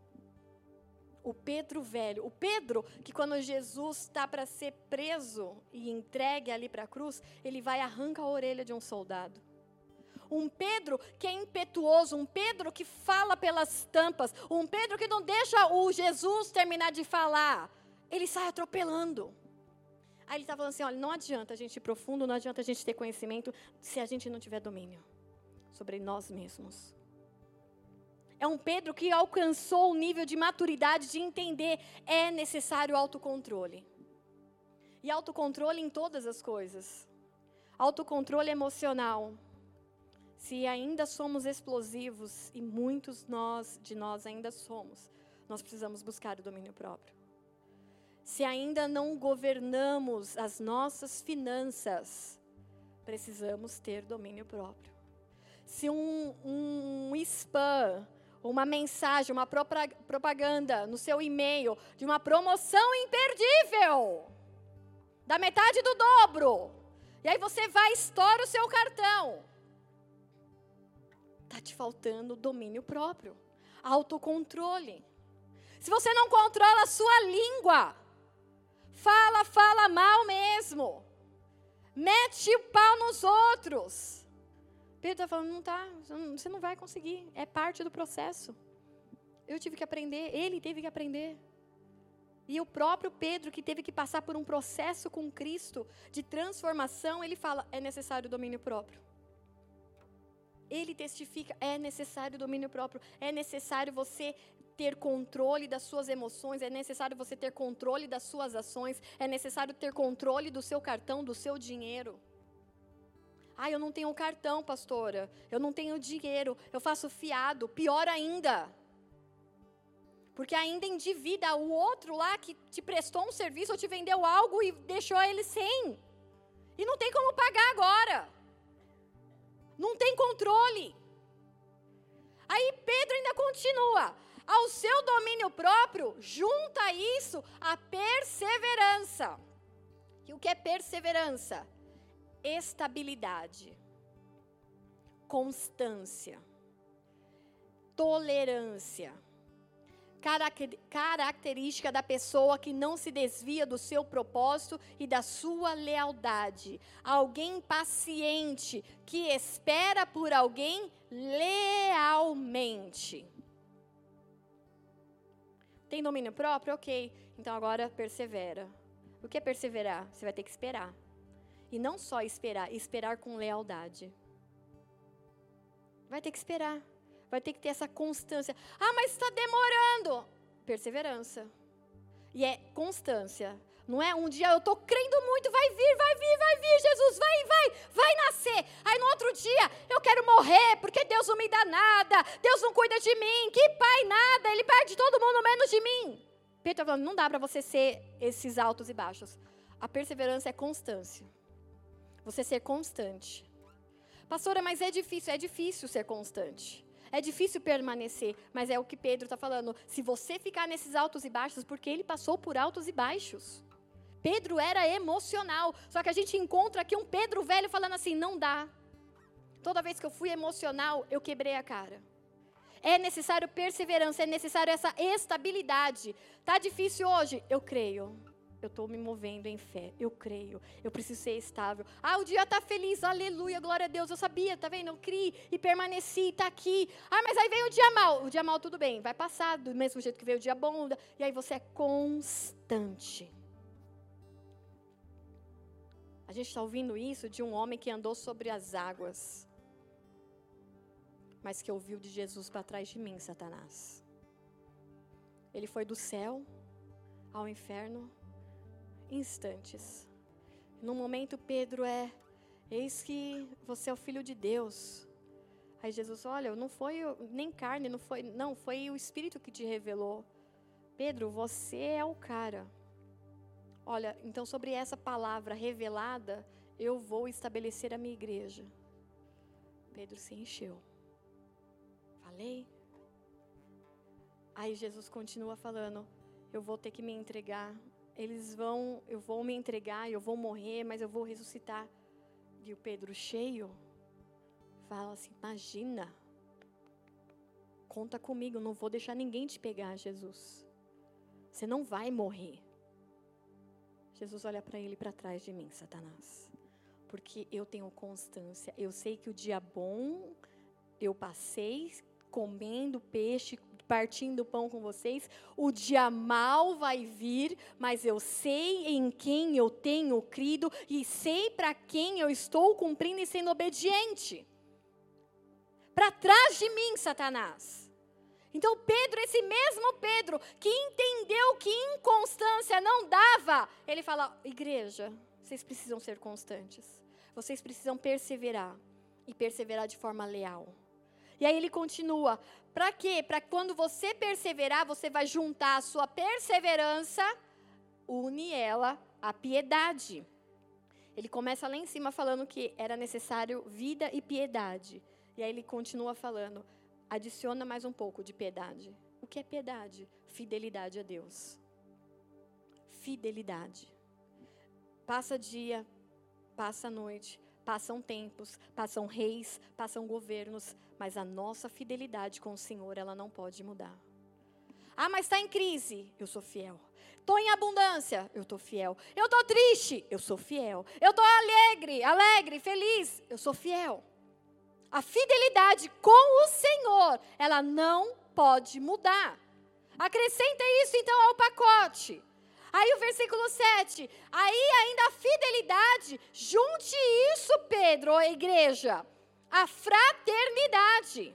O Pedro velho, o Pedro que quando Jesus está para ser preso e entregue ali para a cruz, ele vai e arranca a orelha de um soldado. Um Pedro que é impetuoso, um Pedro que fala pelas tampas, um Pedro que não deixa o Jesus terminar de falar, ele sai atropelando. Aí ele está falando assim, olha, não adianta a gente ir profundo, não adianta a gente ter conhecimento se a gente não tiver domínio sobre nós mesmos. É um Pedro que alcançou o nível de maturidade de entender, é necessário autocontrole. E autocontrole em todas as coisas. Autocontrole emocional. Se ainda somos explosivos, e muitos de nós ainda somos, nós precisamos buscar o domínio próprio. Se ainda não governamos as nossas finanças, precisamos ter domínio próprio. Se um spam, uma mensagem, uma propaganda no seu e-mail de uma promoção imperdível, da metade do dobro, e aí você vai e estoura o seu cartão, está te faltando domínio próprio, autocontrole. Se você não controla a sua língua, fala mal mesmo, mete o pau nos outros, Pedro está falando, não tá, você não vai conseguir, é parte do processo. Eu tive que aprender, ele teve que aprender. E o próprio Pedro, que teve que passar por um processo com Cristo, de transformação, ele fala, é necessário domínio próprio. Ele testifica, é necessário domínio próprio, é necessário você ter controle das suas emoções, é necessário você ter controle das suas ações, é necessário ter controle do seu cartão, do seu dinheiro. Ah, eu não tenho cartão, pastora, eu não tenho dinheiro, eu faço fiado, pior ainda. Porque ainda endivida o outro lá que te prestou um serviço ou te vendeu algo e deixou ele sem. E não tem como pagar agora. Não tem controle. Aí Pedro ainda continua. Ao seu domínio próprio, junta isso à perseverança. E o que é perseverança? Estabilidade, constância, tolerância. Característica da pessoa que não se desvia do seu propósito e da sua lealdade. Alguém paciente, que espera por alguém lealmente. Tem domínio próprio? Ok. Então agora persevera. O que é perseverar? Você vai ter que esperar. E não só esperar, esperar com lealdade. Vai ter que esperar. Vai ter que ter essa constância. Ah, mas está demorando. Perseverança. E é constância. Não é um dia eu estou crendo muito, vai vir, Jesus, vai nascer. Aí no outro dia eu quero morrer, porque Deus não me dá nada, Deus não cuida de mim, que pai nada, Ele perde todo mundo menos de mim. Pedro está falando, não dá para você ser esses altos e baixos. A perseverança é constância. Você ser constante. Pastora, mas é difícil ser constante. É difícil permanecer, mas é o que Pedro está falando. Se você ficar nesses altos e baixos, porque ele passou por altos e baixos. Pedro era emocional, só que a gente encontra aqui um Pedro velho falando assim, não dá. Toda vez que eu fui emocional, eu quebrei a cara. É necessário perseverança, é necessário essa estabilidade. Tá difícil hoje? Eu creio. Eu estou me movendo em fé, eu creio, eu preciso ser estável. Ah, o dia está feliz, aleluia, glória a Deus, eu sabia, tá vendo? Eu criei e permaneci, está aqui. Ah, mas aí veio o dia mal tudo bem, vai passar do mesmo jeito que veio o dia bom, e aí você é constante. A gente está ouvindo isso de um homem que andou sobre as águas, mas que ouviu de Jesus para trás de mim, Satanás. Ele foi do céu ao inferno, instantes. No momento Pedro eis que você é o Filho de Deus. Aí Jesus, olha, não foi nem carne, não foi o Espírito que te revelou. Pedro, você é o cara. Olha, então sobre essa palavra revelada, eu vou estabelecer a minha igreja. Pedro se encheu. Falei. Aí Jesus continua falando, eu vou ter que me entregar. Eu vou me entregar, eu vou morrer, mas eu vou ressuscitar. E o Pedro cheio, fala assim, imagina, conta comigo, não vou deixar ninguém te pegar, Jesus. Você não vai morrer. Jesus olha para ele para trás de mim, Satanás. Porque eu tenho constância, eu sei que o dia bom, eu passei comendo peixe, partindo o pão com vocês, o dia mal vai vir, mas eu sei em quem eu tenho crido e sei para quem eu estou cumprindo e sendo obediente. Para trás de mim, Satanás. Então Pedro, esse mesmo Pedro, que entendeu que inconstância não dava, ele fala, igreja, vocês precisam ser constantes, vocês precisam perseverar, e perseverar de forma leal. E aí ele continua, para quê? Para quando você perseverar, você vai juntar a sua perseverança, une ela à piedade. Ele começa lá em cima falando que era necessário vida e piedade. E aí ele continua falando, adiciona mais um pouco de piedade. O que é piedade? Fidelidade a Deus. Fidelidade. Passa dia, passa noite, passam tempos, passam reis, passam governos, mas a nossa fidelidade com o Senhor, ela não pode mudar. Ah, mas está em crise, eu sou fiel. Estou em abundância, eu estou fiel. Eu estou triste, eu sou fiel. Eu estou alegre, feliz, eu sou fiel. A fidelidade com o Senhor, ela não pode mudar. Acrescenta isso então ao pacote. Aí o versículo 7, aí ainda a fidelidade, junte isso, Pedro, a igreja, a fraternidade.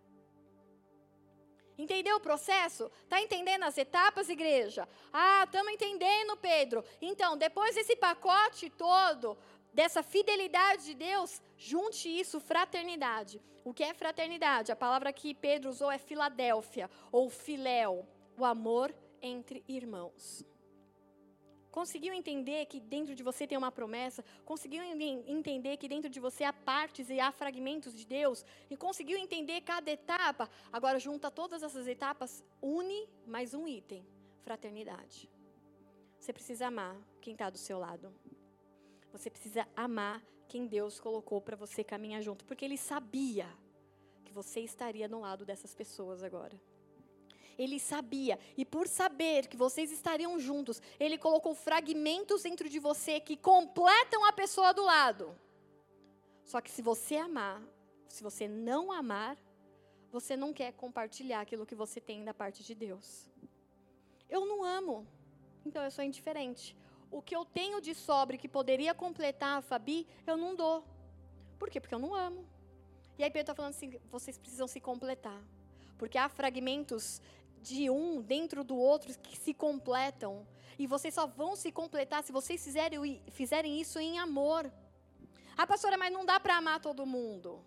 Entendeu o processo? Está entendendo as etapas, igreja? Ah, estamos entendendo, Pedro. Então, depois desse pacote todo, dessa fidelidade de Deus, junte isso, fraternidade. O que é fraternidade? A palavra que Pedro usou é Filadélfia, ou filéu, o amor entre irmãos. Conseguiu entender que dentro de você tem uma promessa? Conseguiu entender que dentro de você há partes e há fragmentos de Deus? E conseguiu entender cada etapa? Agora junta todas essas etapas, une mais um item, fraternidade. Você precisa amar quem está do seu lado. Você precisa amar quem Deus colocou para você caminhar junto. Porque Ele sabia que você estaria no lado dessas pessoas agora. Ele sabia, e por saber que vocês estariam juntos, Ele colocou fragmentos dentro de você que completam a pessoa do lado. Só que se você amar, se você não amar, você não quer compartilhar aquilo que você tem da parte de Deus. Eu não amo, então eu sou indiferente. O que eu tenho de sobra que poderia completar a Fabi, eu não dou. Por quê? Porque eu não amo. E aí Pedro está falando assim, vocês precisam se completar. Porque há fragmentos de um dentro do outro que se completam. E vocês só vão se completar se vocês fizerem isso em amor. Ah, pastora, mas não dá para amar todo mundo.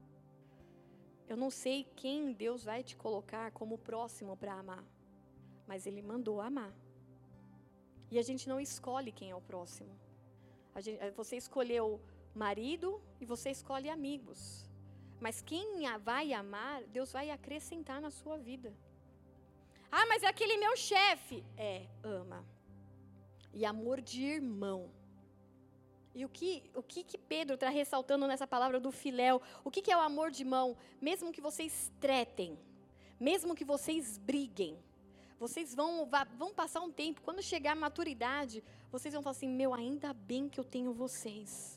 Eu não sei quem Deus vai te colocar como próximo para amar. Mas Ele mandou amar. E a gente não escolhe quem é o próximo. Você escolheu marido e você escolhe amigos. Mas quem vai amar, Deus vai acrescentar na sua vida. Ah, mas é aquele meu chefe. Ama. E amor de irmão. E o que Pedro está ressaltando nessa palavra do filéu? O que é o amor de irmão? Mesmo que vocês tretem, mesmo que vocês briguem, vocês vão passar um tempo, quando chegar a maturidade, vocês vão falar assim, ainda bem que eu tenho vocês.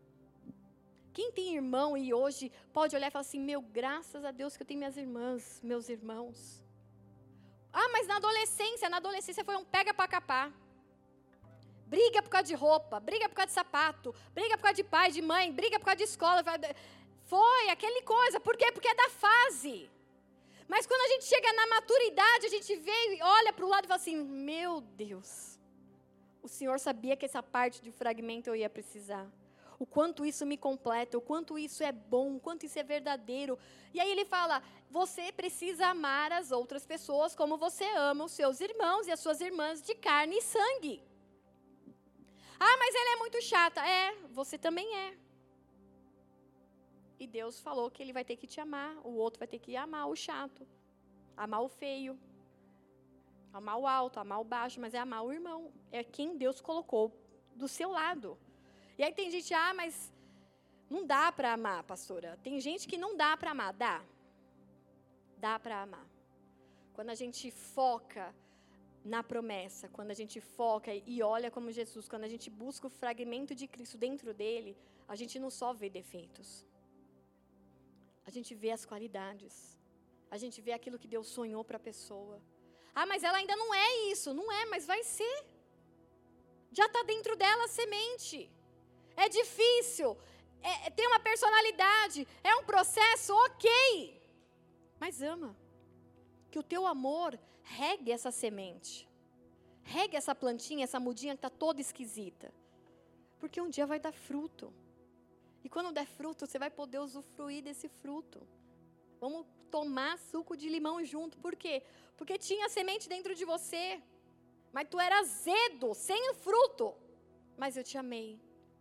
Quem tem irmão e hoje pode olhar e falar assim, graças a Deus que eu tenho minhas irmãs, meus irmãos. Ah, mas na adolescência foi um pega para capar. Briga por causa de roupa, briga por causa de sapato, briga por causa de pai, de mãe, briga por causa de escola. Foi aquele coisa, por quê? Porque é da fase. Mas quando a gente chega na maturidade, a gente vê, olha para o lado e fala assim, meu Deus, o Senhor sabia que essa parte de fragmento eu ia precisar. O quanto isso me completa, o quanto isso é bom, o quanto isso é verdadeiro. E aí ele fala, você precisa amar as outras pessoas como você ama os seus irmãos e as suas irmãs de carne e sangue. Ah, mas ela é muito chata. Você também é. E Deus falou que Ele vai ter que te amar, o outro vai ter que amar o chato, amar o feio, amar o alto, amar o baixo, mas é amar o irmão. É quem Deus colocou do seu lado. E aí tem gente, mas não dá para amar, pastora. Tem gente que não dá para amar. Dá para amar. Quando a gente foca na promessa, quando a gente foca e olha como Jesus, quando a gente busca o fragmento de Cristo dentro dele, a gente não só vê defeitos. A gente vê as qualidades. A gente vê aquilo que Deus sonhou para a pessoa. Ah, mas ela ainda não é isso. Não é, mas vai ser. Já está dentro dela a semente. É difícil, tem uma personalidade, é um processo, ok. Mas ama. Que o teu amor regue essa semente. Regue essa plantinha, essa mudinha que está toda esquisita. Porque um dia vai dar fruto. E quando der fruto, você vai poder usufruir desse fruto. Vamos tomar suco de limão junto. Por quê? Porque tinha semente dentro de você. Mas tu era azedo, sem o fruto. Mas eu te amei.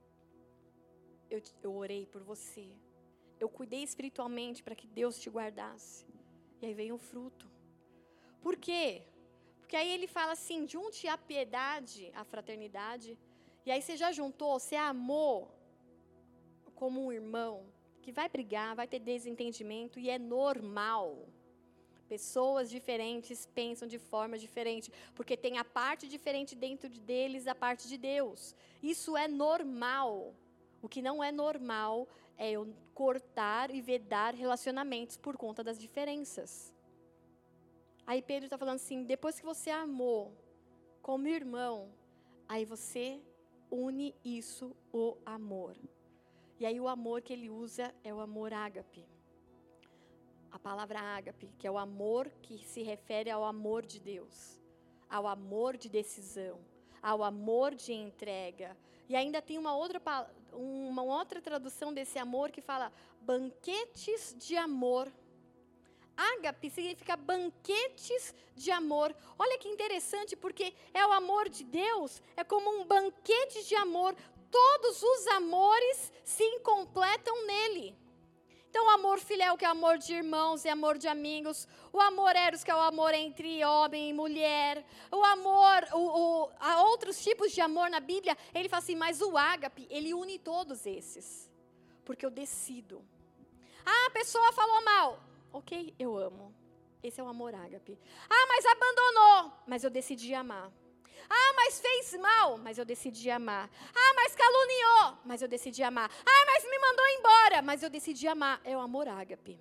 Eu orei por você. Eu cuidei espiritualmente para que Deus te guardasse. E aí veio o fruto. Por quê? Porque aí ele fala assim, junte a piedade, a fraternidade. E aí você já juntou, você amou como um irmão que vai brigar, vai ter desentendimento e é normal. Pessoas diferentes pensam de forma diferente, porque tem a parte diferente dentro deles da parte de Deus. Isso é normal. O que não é normal é eu cortar e vedar relacionamentos por conta das diferenças. Aí Pedro está falando assim, depois que você amou como irmão, aí você une isso, o amor. E aí o amor que ele usa é o amor ágape. A palavra ágape, que é o amor que se refere ao amor de Deus, ao amor de decisão, ao amor de entrega. E ainda tem uma outra tradução desse amor que fala banquetes de amor. Ágape significa banquetes de amor. Olha que interessante, porque é o amor de Deus, é como um banquete de amor. Todos os amores se completam nele. Então, o amor filial, que é o amor de irmãos e amor de amigos. O amor eros, que é o amor entre homem e mulher. O amor, há outros tipos de amor na Bíblia. Ele fala assim, mas o ágape, ele une todos esses. Porque eu decido. Ah, a pessoa falou mal. Ok, eu amo. Esse é o amor ágape. Ah, mas abandonou. Mas eu decidi amar. Ah, mas fez mal, mas eu decidi amar. Ah, mas caluniou, mas eu decidi amar. Ah, mas me mandou embora, mas eu decidi amar. É o amor ágape.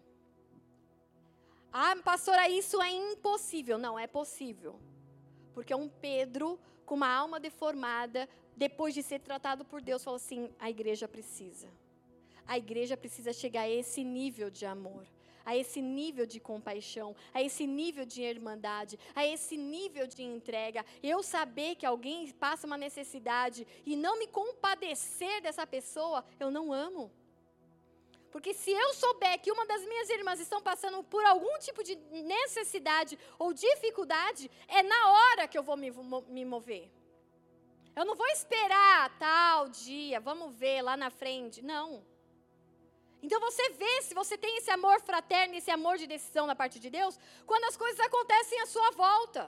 Ah, pastora, isso é impossível. Não, é possível. Porque um Pedro com uma alma deformada, depois de ser tratado por Deus, falou assim, a igreja precisa. A igreja precisa chegar a esse nível de amor, a esse nível de compaixão, a esse nível de irmandade, a esse nível de entrega. Eu saber que alguém passa uma necessidade e não me compadecer dessa pessoa, eu não amo. Porque se eu souber que uma das minhas irmãs estão passando por algum tipo de necessidade ou dificuldade, é na hora que eu vou me mover. Eu não vou esperar tal dia, vamos ver lá na frente. Não. Então você vê se você tem esse amor fraterno, esse amor de decisão da parte de Deus, quando as coisas acontecem à sua volta.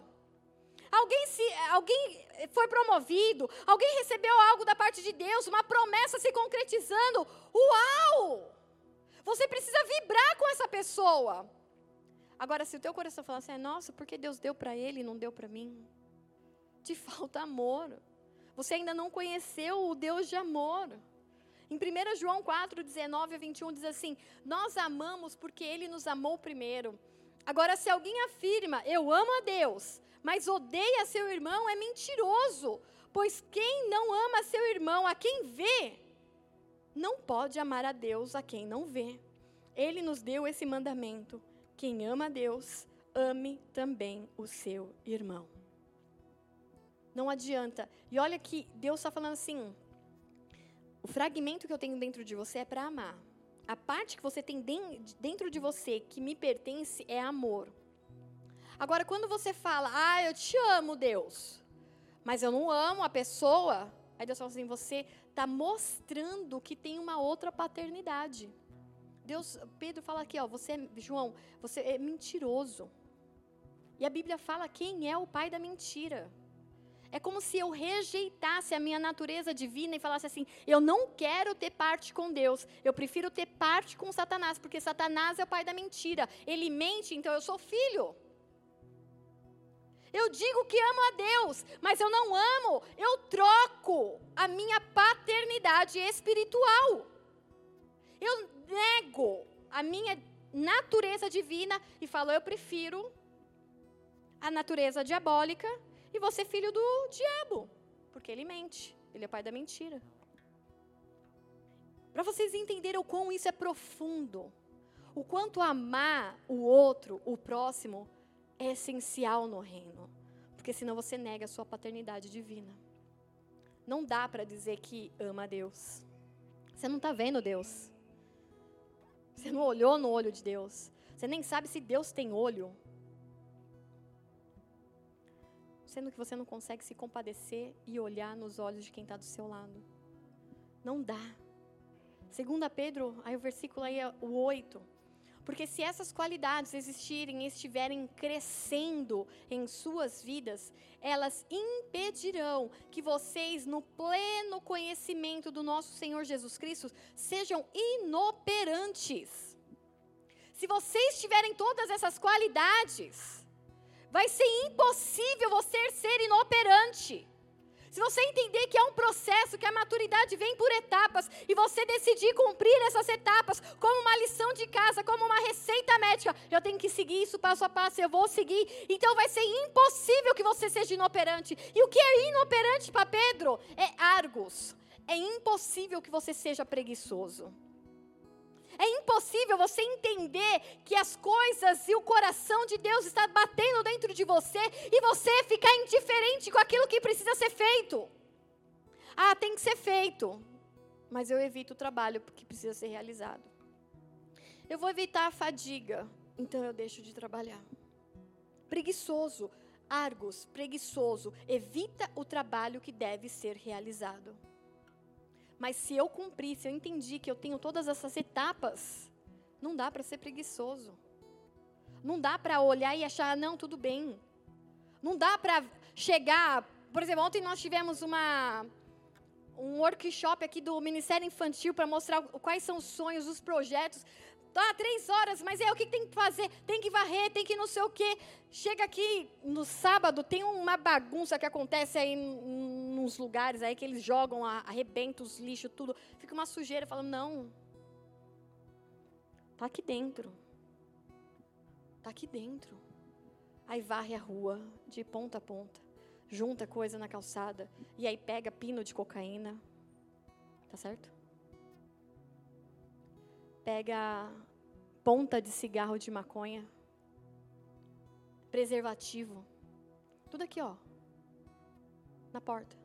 Alguém foi promovido, alguém recebeu algo da parte de Deus, uma promessa se concretizando. Uau! Você precisa vibrar com essa pessoa. Agora, se o teu coração falar assim, nossa, por que Deus deu para ele e não deu para mim? Te falta amor. Você ainda não conheceu o Deus de amor. Em 1 João 4, 19 a 21 diz assim, nós amamos porque Ele nos amou primeiro. Agora, se alguém afirma, eu amo a Deus, mas odeia seu irmão, é mentiroso. Pois quem não ama seu irmão, a quem vê, não pode amar a Deus a quem não vê. Ele nos deu esse mandamento, quem ama a Deus, ame também o seu irmão. Não adianta. E olha que Deus está falando assim, o fragmento que eu tenho dentro de você é para amar. A parte que você tem dentro de você que me pertence é amor. Agora, quando você fala, eu te amo, Deus, mas eu não amo a pessoa, aí Deus fala assim, você está mostrando que tem uma outra paternidade. Pedro fala aqui, João, você é mentiroso. E a Bíblia fala quem é o pai da mentira. É como se eu rejeitasse a minha natureza divina e falasse assim, eu não quero ter parte com Deus, eu prefiro ter parte com Satanás, porque Satanás é o pai da mentira. Ele mente, então eu sou filho. Eu digo que amo a Deus, mas eu não amo, eu troco a minha paternidade espiritual. Eu nego a minha natureza divina e falo, eu prefiro a natureza diabólica e vou ser filho do diabo, porque ele mente, ele é pai da mentira. Para vocês entenderem o quão isso é profundo, o quanto amar o outro, o próximo, é essencial no reino, porque senão você nega a sua paternidade divina. Não dá para dizer que ama a Deus. Você não está vendo Deus. Você não olhou no olho de Deus. Você nem sabe se Deus tem olho. Sendo que você não consegue se compadecer e olhar nos olhos de quem está do seu lado. Não dá. 2 Pedro, aí o versículo aí é o 8. Porque se essas qualidades existirem e estiverem crescendo em suas vidas, elas impedirão que vocês, no pleno conhecimento do nosso Senhor Jesus Cristo, sejam inoperantes. Se vocês tiverem todas essas qualidades, vai ser impossível você ser inoperante. Se você entender que é um processo, que a maturidade vem por etapas, e você decidir cumprir essas etapas como uma lição de casa, como uma receita médica, eu tenho que seguir isso passo a passo, eu vou seguir, então vai ser impossível que você seja inoperante. E o que é inoperante para Pedro? É Argos. É impossível que você seja preguiçoso. É impossível você entender que as coisas e o coração de Deus está batendo dentro de você e você ficar indiferente com aquilo que precisa ser feito. Ah, tem que ser feito, mas eu evito o trabalho que precisa ser realizado. Eu vou evitar a fadiga, então eu deixo de trabalhar. Preguiçoso, Argos, preguiçoso, evita o trabalho que deve ser realizado. Mas se eu cumprir, se eu entendi que eu tenho todas essas etapas, não dá para ser preguiçoso. Não dá para olhar e achar, não, tudo bem. Não dá para chegar, por exemplo, ontem nós tivemos um workshop aqui do Ministério Infantil para mostrar quais são os sonhos, os projetos. 3 horas, mas o que tem que fazer? Tem que varrer, tem que não sei o quê. Chega aqui no sábado, tem uma bagunça que acontece aí nos lugares aí que eles jogam, arrebentam os lixos, tudo. Fica uma sujeira, falando, não. Tá aqui dentro. Tá aqui dentro. Aí varre a rua, de ponta a ponta. Junta coisa na calçada. E aí pega pino de cocaína. Tá certo? Pega ponta de cigarro de maconha, preservativo, tudo aqui, ó, na porta.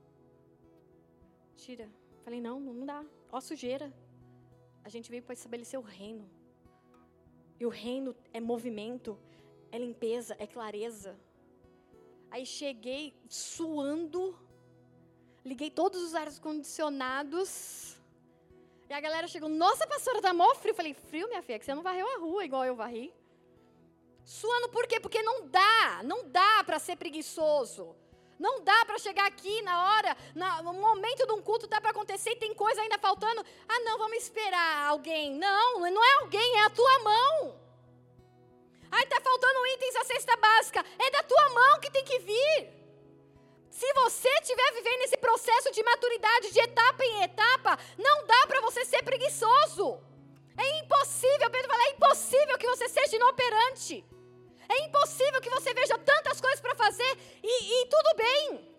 Tira. Falei, não dá. Ó, sujeira. A gente veio para estabelecer o reino. E o reino é movimento, é limpeza, é clareza. Aí cheguei suando, liguei todos os ar-condicionados. E a galera chegou, nossa, pastora, tá mó frio. Eu falei, frio, minha filha, que você não varreu a rua igual eu varri. Suando por quê? Porque não dá para ser preguiçoso. Não dá para chegar aqui na hora, no momento de um culto dá para acontecer e tem coisa ainda faltando. Ah, não, vamos esperar alguém. Não é alguém, é a tua mão. Ai, tá faltando itens da cesta básica. É da tua mão que tem que vir. Se você estiver vivendo esse processo de maturidade, de etapa em etapa, não dá para você ser preguiçoso. É impossível, Pedro fala, é impossível que você seja inoperante. É impossível que você veja tantas coisas para fazer e tudo bem.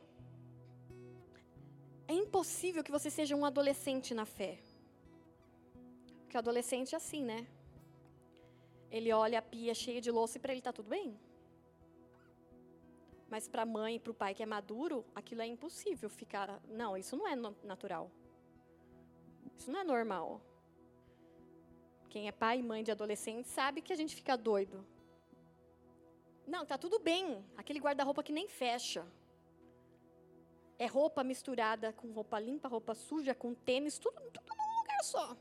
É impossível que você seja um adolescente na fé. Porque o adolescente é assim, né? Ele olha a pia cheia de louça e para ele está tudo bem. Mas para a mãe e para o pai que é maduro, aquilo é impossível ficar... Não, isso não é natural. Isso não é normal. Quem é pai e mãe de adolescente sabe que a gente fica doido. Não, tá tudo bem. Aquele guarda-roupa que nem fecha. É roupa misturada com roupa limpa, roupa suja, com tênis, tudo num lugar só.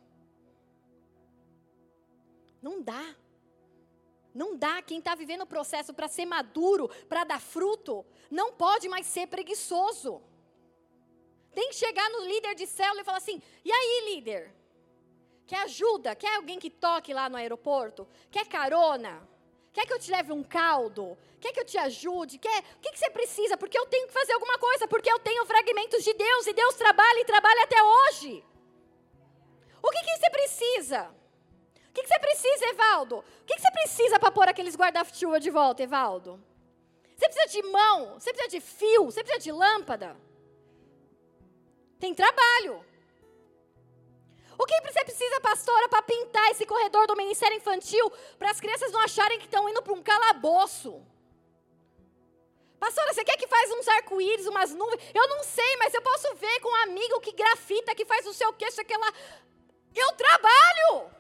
Não dá. Não dá. Quem está vivendo o processo para ser maduro, para dar fruto, não pode mais ser preguiçoso. Tem que chegar no líder de célula e falar assim, e aí, líder? Quer ajuda? Quer alguém que toque lá no aeroporto? Quer carona? Quer que eu te leve um caldo? Quer que eu te ajude? O que você precisa? Porque eu tenho que fazer alguma coisa, porque eu tenho fragmentos de Deus, e Deus trabalha e trabalha até hoje. O que você precisa? O que você precisa, Evaldo? O que você precisa para pôr aqueles guarda-chuva de volta, Evaldo? Você precisa de mão? Você precisa de fio? Você precisa de lâmpada? Tem trabalho. O que você precisa, pastora, para pintar esse corredor do Ministério Infantil, para as crianças não acharem que estão indo para um calabouço? Pastora, você quer que faz uns arco-íris, umas nuvens? Eu não sei, mas eu posso ver com um amigo que grafita, que faz não sei o que, isso, aquilo lá. Eu trabalho!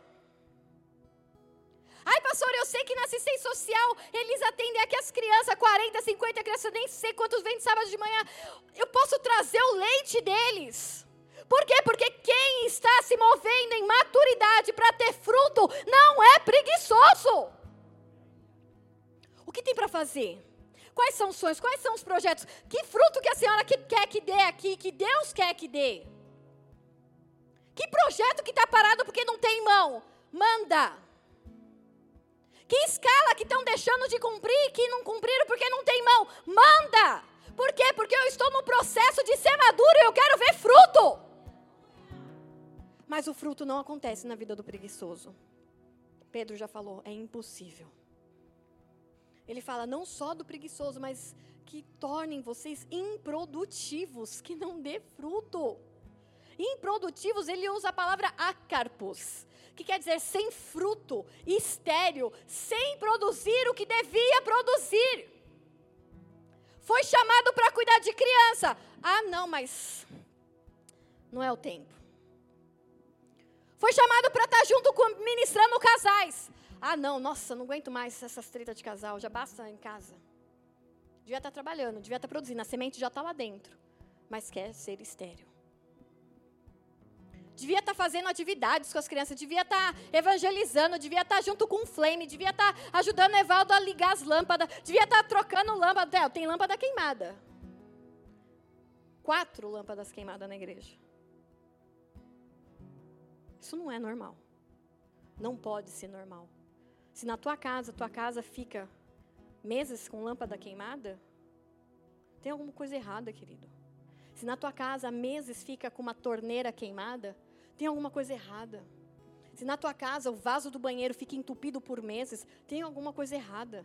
Ai, pastora, eu sei que na assistência social eles atendem aqui as crianças, 40, 50 crianças, nem sei quantos vêm de sábado de manhã. Eu posso trazer o leite deles. Por quê? Porque quem está se movendo em maturidade para ter fruto não é preguiçoso. O que tem para fazer? Quais são os sonhos? Quais são os projetos? Que fruto que a senhora quer que dê aqui? Que Deus quer que dê? Que projeto que está parado porque não tem mão? Manda. Que escala que estão deixando de cumprir, que não cumpriram porque não tem mão? Manda! Por quê? Porque eu estou no processo eu quero ver fruto. Mas o fruto não acontece na vida do preguiçoso. Pedro já falou, é impossível. Ele fala não só do preguiçoso, mas que tornem vocês improdutivos, que não dê fruto. Improdutivos, ele usa a palavra ácarpos, que quer dizer sem fruto, estéril, sem produzir o que devia produzir. Foi chamado para cuidar de criança. Ah, não, mas não é o tempo. Foi chamado para estar junto com ministrando casais. Ah, não, nossa, não aguento mais essas tretas de casal, já basta em casa. Devia estar trabalhando, devia estar produzindo, a semente já está lá dentro, mas quer ser estéril. Devia estar fazendo atividades com as crianças, devia estar evangelizando, devia estar junto com o Flame, devia estar ajudando o Evaldo a ligar as lâmpadas, devia estar trocando lâmpada. Tem lâmpada queimada. 4 lâmpadas queimadas na igreja. Isso não é normal. Não pode ser normal. Se na tua casa fica meses com lâmpada queimada, tem alguma coisa errada, querido. Se na tua casa meses fica com uma torneira queimada, tem alguma coisa errada. Se na tua casa o vaso do banheiro fica entupido por meses, tem alguma coisa errada.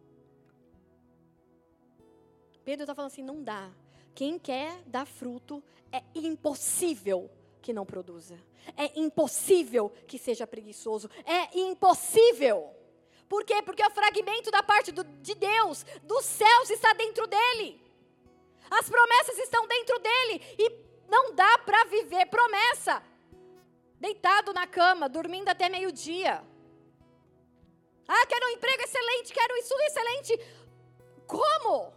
Pedro está falando assim, não dá. Quem quer dar fruto, é impossível que não produza. É impossível que seja preguiçoso. É impossível. Por quê? Porque o fragmento da parte de Deus, dos céus, está dentro dele. As promessas estão dentro dele. E não dá para viver promessa deitado na cama, dormindo até meio-dia. Ah, quero um emprego excelente, quero um estudo excelente. Como?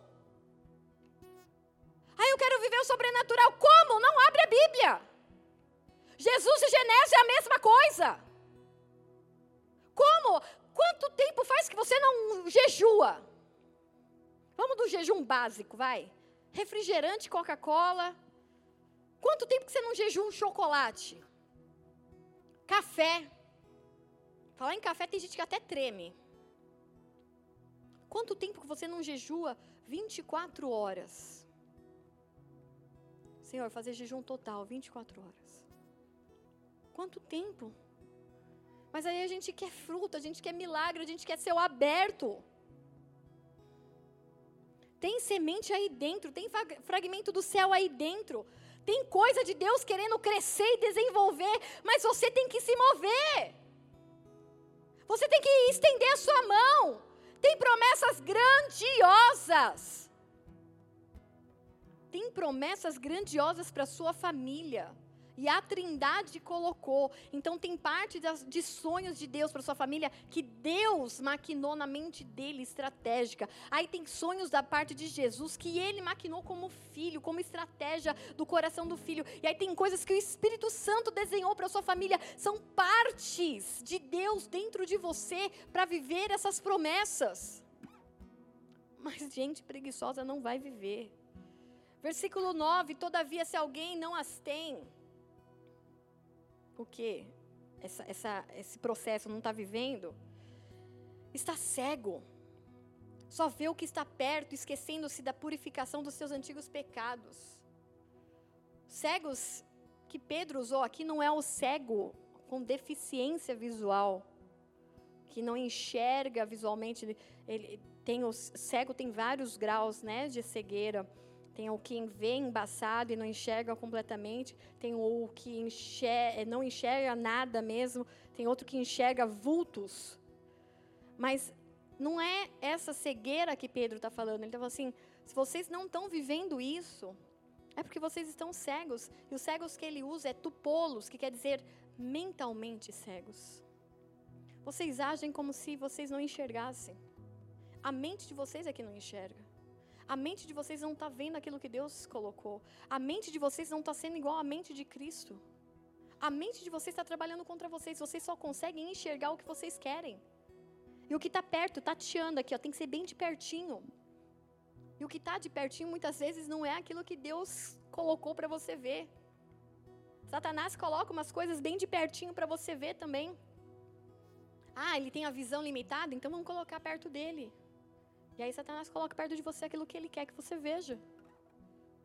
Ah, eu quero viver o sobrenatural. Como? Não abre a Bíblia. Jesus e Genésio é a mesma coisa. Como? Quanto tempo faz que você não jejua? Vamos do jejum básico, vai. Refrigerante, Coca-Cola. Quanto tempo que você não jejua um chocolate? Café. Falar em café tem gente que até treme. Quanto tempo que você não jejua? 24 horas. Senhor, fazer jejum total, 24 horas. Quanto tempo? Mas aí a gente quer fruto, a gente quer milagre, a gente quer céu aberto. Tem semente aí dentro, tem fragmento do céu aí dentro. Tem coisa de Deus querendo crescer e desenvolver, mas você tem que se mover. Você tem que estender a sua mão. Tem promessas grandiosas. Tem promessas grandiosas para a sua família. E a Trindade colocou. Então tem parte de sonhos de Deus para sua família que Deus maquinou na mente dele, estratégica. Aí tem sonhos da parte de Jesus que ele maquinou como filho, como estratégia do coração do filho. E aí tem coisas que o Espírito Santo desenhou para sua família. São partes de Deus dentro de você para viver essas promessas. Mas gente preguiçosa não vai viver. Versículo 9, todavia se alguém não as tem... O que esse processo não está vivendo, está cego, só vê o que está perto, esquecendo-se da purificação dos seus antigos pecados. Cegos que Pedro usou aqui não é o cego com deficiência visual, que não enxerga visualmente. O cego tem vários graus, né, de cegueira. Tem o que vê embaçado e não enxerga completamente. Tem o que não enxerga nada mesmo. Tem outro que enxerga vultos. Mas não é essa cegueira que Pedro está falando. Ele está falando assim, se vocês não estão vivendo isso, é porque vocês estão cegos. E os cegos que ele usa é tupolos, que quer dizer mentalmente cegos. Vocês agem como se vocês não enxergassem. A mente de vocês é que não enxerga. A mente de vocês não está vendo aquilo que Deus colocou. A mente de vocês não está sendo igual à mente de Cristo. A mente de vocês está trabalhando contra vocês. Vocês só conseguem enxergar o que vocês querem. E o que está perto, tateando aqui, ó, tem que ser bem de pertinho. E o que está de pertinho, muitas vezes, não é aquilo que Deus colocou para você ver. Satanás coloca umas coisas bem de pertinho para você ver também. Ah, ele tem a visão limitada? Então vamos colocar perto dele. E aí Satanás coloca perto de você aquilo que ele quer que você veja.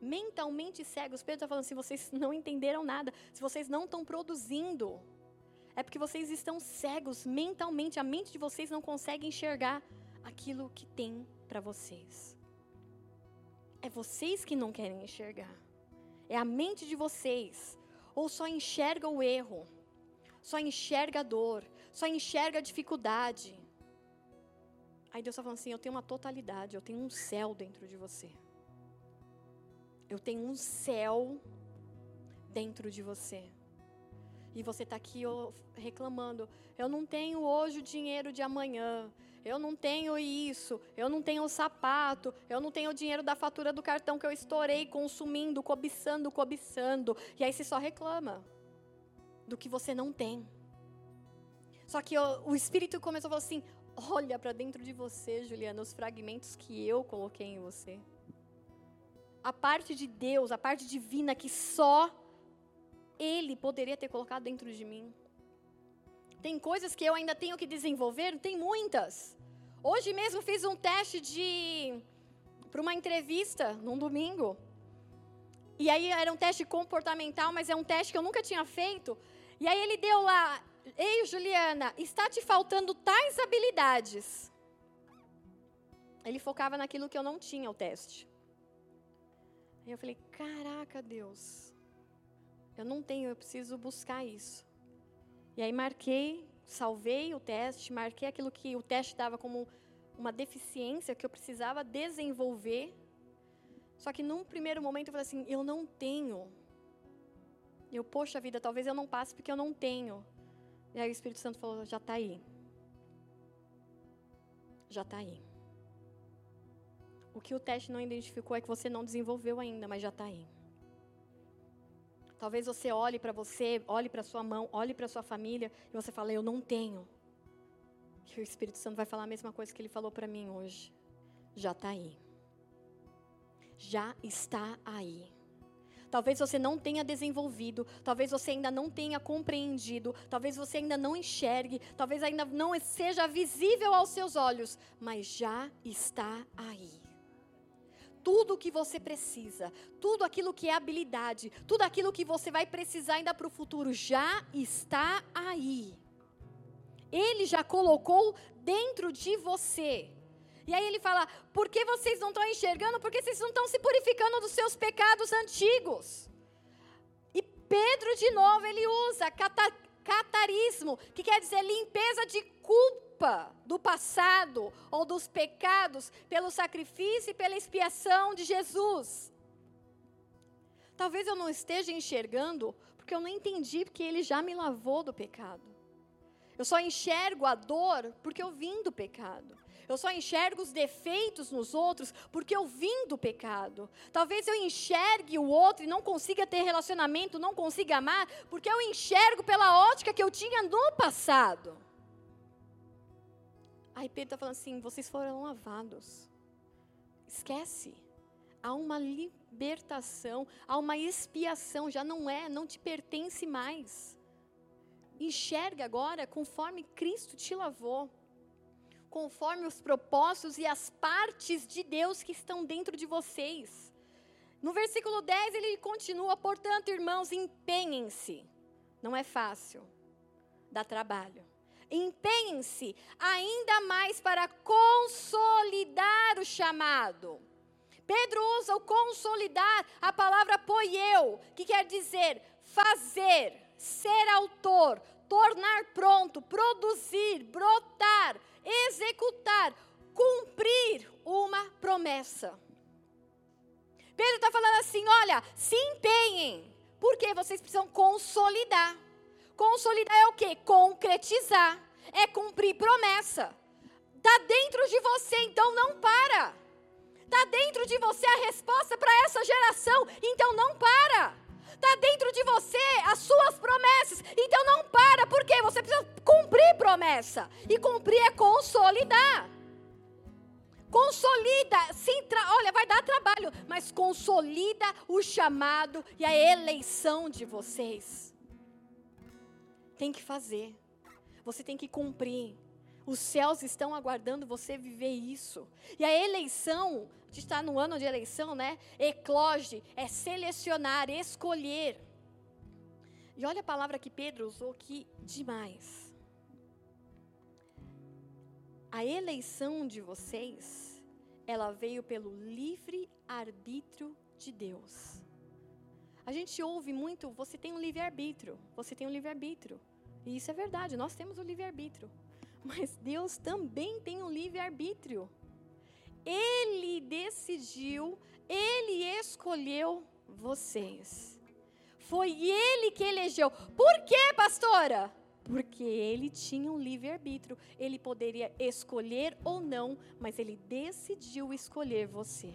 mentalmente cegos. Pedro está falando assim, vocês não entenderam nada. Se vocês não estão produzindo, é porque vocês estão cegos mentalmente. A mente de vocês não consegue enxergar aquilo que tem para vocês. É vocês que não querem enxergar. É a mente de vocês. Ou só enxerga o erro, só enxerga a dor, só enxerga a dificuldade. Aí Deus está falando assim, eu tenho uma totalidade, eu tenho um céu dentro de você. Eu tenho um céu dentro de você. E você está aqui reclamando, eu não tenho hoje o dinheiro de amanhã, eu não tenho isso, eu não tenho o sapato, eu não tenho o dinheiro da fatura do cartão que eu estourei consumindo, cobiçando. E aí você só reclama do que você não tem. Só que o Espírito começou a falar assim, olha para dentro de você, Juliana, os fragmentos que eu coloquei em você. A parte de Deus, a parte divina que só Ele poderia ter colocado dentro de mim. Tem coisas que eu ainda tenho que desenvolver? Tem muitas. Hoje mesmo fiz um teste para uma entrevista, num domingo. E aí era um teste comportamental, mas é um teste que eu nunca tinha feito. E aí ele deu lá, ei Juliana, está te faltando tais habilidades. Ele focava naquilo que eu não tinha, o teste. Aí eu falei, caraca Deus, eu não tenho, eu preciso buscar isso. E aí marquei, salvei o teste, marquei aquilo que o teste dava como uma deficiência que eu precisava desenvolver. Só que num primeiro momento eu falei assim, eu não tenho. Poxa vida, talvez eu não passe porque eu não tenho. E aí o Espírito Santo falou, já está aí. Já está aí. O que o teste não identificou é que você não desenvolveu ainda, mas já está aí. Talvez você olhe para você, olhe para sua mão, olhe para sua família, e você fala, eu não tenho. E o Espírito Santo vai falar a mesma coisa que ele falou para mim hoje. Já está aí. Já está aí. Talvez você não tenha desenvolvido, talvez você ainda não tenha compreendido, talvez você ainda não enxergue, talvez ainda não seja visível aos seus olhos, mas já está aí. Tudo o que você precisa, tudo aquilo que é habilidade, tudo aquilo que você vai precisar ainda para o futuro, já está aí. Ele já colocou dentro de você. E aí ele fala, por que vocês não estão enxergando? Porque vocês não estão se purificando dos seus pecados antigos. E Pedro, de novo, ele usa catarismo, que quer dizer limpeza de culpa do passado ou dos pecados pelo sacrifício e pela expiação de Jesus. Talvez eu não esteja enxergando porque eu não entendi porque ele já me lavou do pecado. Eu só enxergo a dor porque eu vim do pecado. Eu só enxergo os defeitos nos outros porque eu vim do pecado. Talvez eu enxergue o outro e não consiga ter relacionamento, não consiga amar, porque eu enxergo pela ótica que eu tinha no passado. Aí Pedro está falando assim, vocês foram lavados. Esquece. Há uma libertação, há uma expiação, já não te pertence mais. Enxerga agora conforme Cristo te lavou. Conforme os propósitos e as partes de Deus que estão dentro de vocês. No versículo 10 ele continua, portanto, irmãos, empenhem-se. Não é fácil, dá trabalho. Empenhem-se ainda mais para consolidar o chamado. Pedro usa o consolidar, a palavra poieu, que quer dizer fazer, ser autor, tornar pronto, produzir, brotar, executar, cumprir uma promessa. Pedro está falando assim, olha, se empenhem, porque vocês precisam consolidar. Consolidar é o quê? Concretizar, é cumprir promessa. Está dentro de você, então não para. Está dentro de você a resposta para essa geração, então não para. Está dentro de você as suas promessas, então não para, porque você precisa cumprir promessa, e cumprir é consolidar. Consolida, olha, vai dar trabalho, mas consolida o chamado e a eleição de vocês. Tem que fazer, você tem que cumprir, Os céus estão aguardando você viver isso. E a eleição, a gente está no ano de eleição, né? Ecloge, é selecionar, escolher. E olha a palavra que Pedro usou aqui demais. A eleição de vocês, ela veio pelo livre arbítrio de Deus. A gente ouve muito, você tem um livre-arbítrio, você tem um livre-arbítrio. E isso é verdade, nós temos o livre-arbítrio. Mas Deus também tem um livre-arbítrio. Ele decidiu, Ele escolheu vocês. Foi Ele que elegeu. Por quê, pastora? Porque Ele tinha um livre-arbítrio. Ele poderia escolher ou não, mas Ele decidiu escolher você.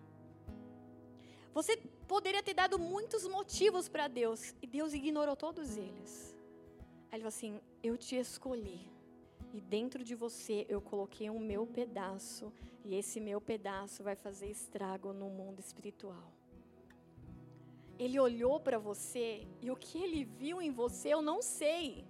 Você poderia ter dado muitos motivos para Deus, e Deus ignorou todos eles. Aí Ele falou assim, eu te escolhi. E dentro de você eu coloquei um meu pedaço. E esse meu pedaço vai fazer estrago no mundo espiritual. Ele olhou para você. E o que Ele viu em você eu não sei.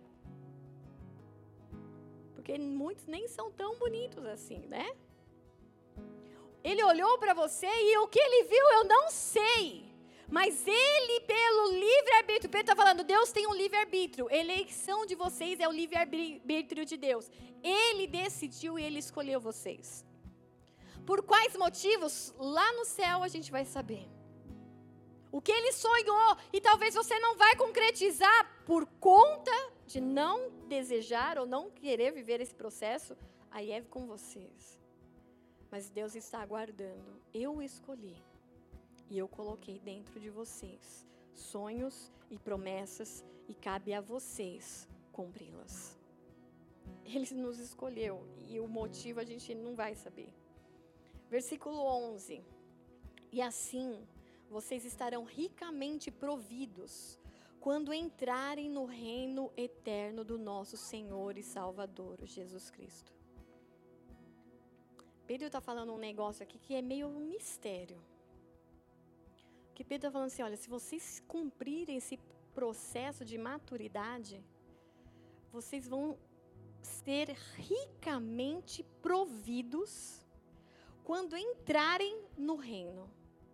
Porque muitos nem são tão bonitos assim, né? Ele olhou para você e o que Ele viu eu não sei. Mas Ele, pelo livre-arbítrio, Pedro está falando, Deus tem um livre-arbítrio. Eleição de vocês é o livre-arbítrio de Deus. Ele decidiu e Ele escolheu vocês. Por quais motivos? Lá no céu a gente vai saber. O que Ele sonhou e talvez você não vai concretizar por conta de não desejar ou não querer viver esse processo, aí é com vocês. Mas Deus está aguardando. Eu escolhi. E eu coloquei dentro de vocês sonhos e promessas e cabe a vocês cumpri-las. Ele nos escolheu e o motivo a gente não vai saber. Versículo 11. E assim vocês estarão ricamente providos quando entrarem no reino eterno do nosso Senhor e Salvador, Jesus Cristo. Pedro está falando um negócio aqui que é meio um mistério. Que Pedro está falando assim, olha, se vocês cumprirem esse processo de maturidade, vocês vão ser ricamente providos quando entrarem no reino.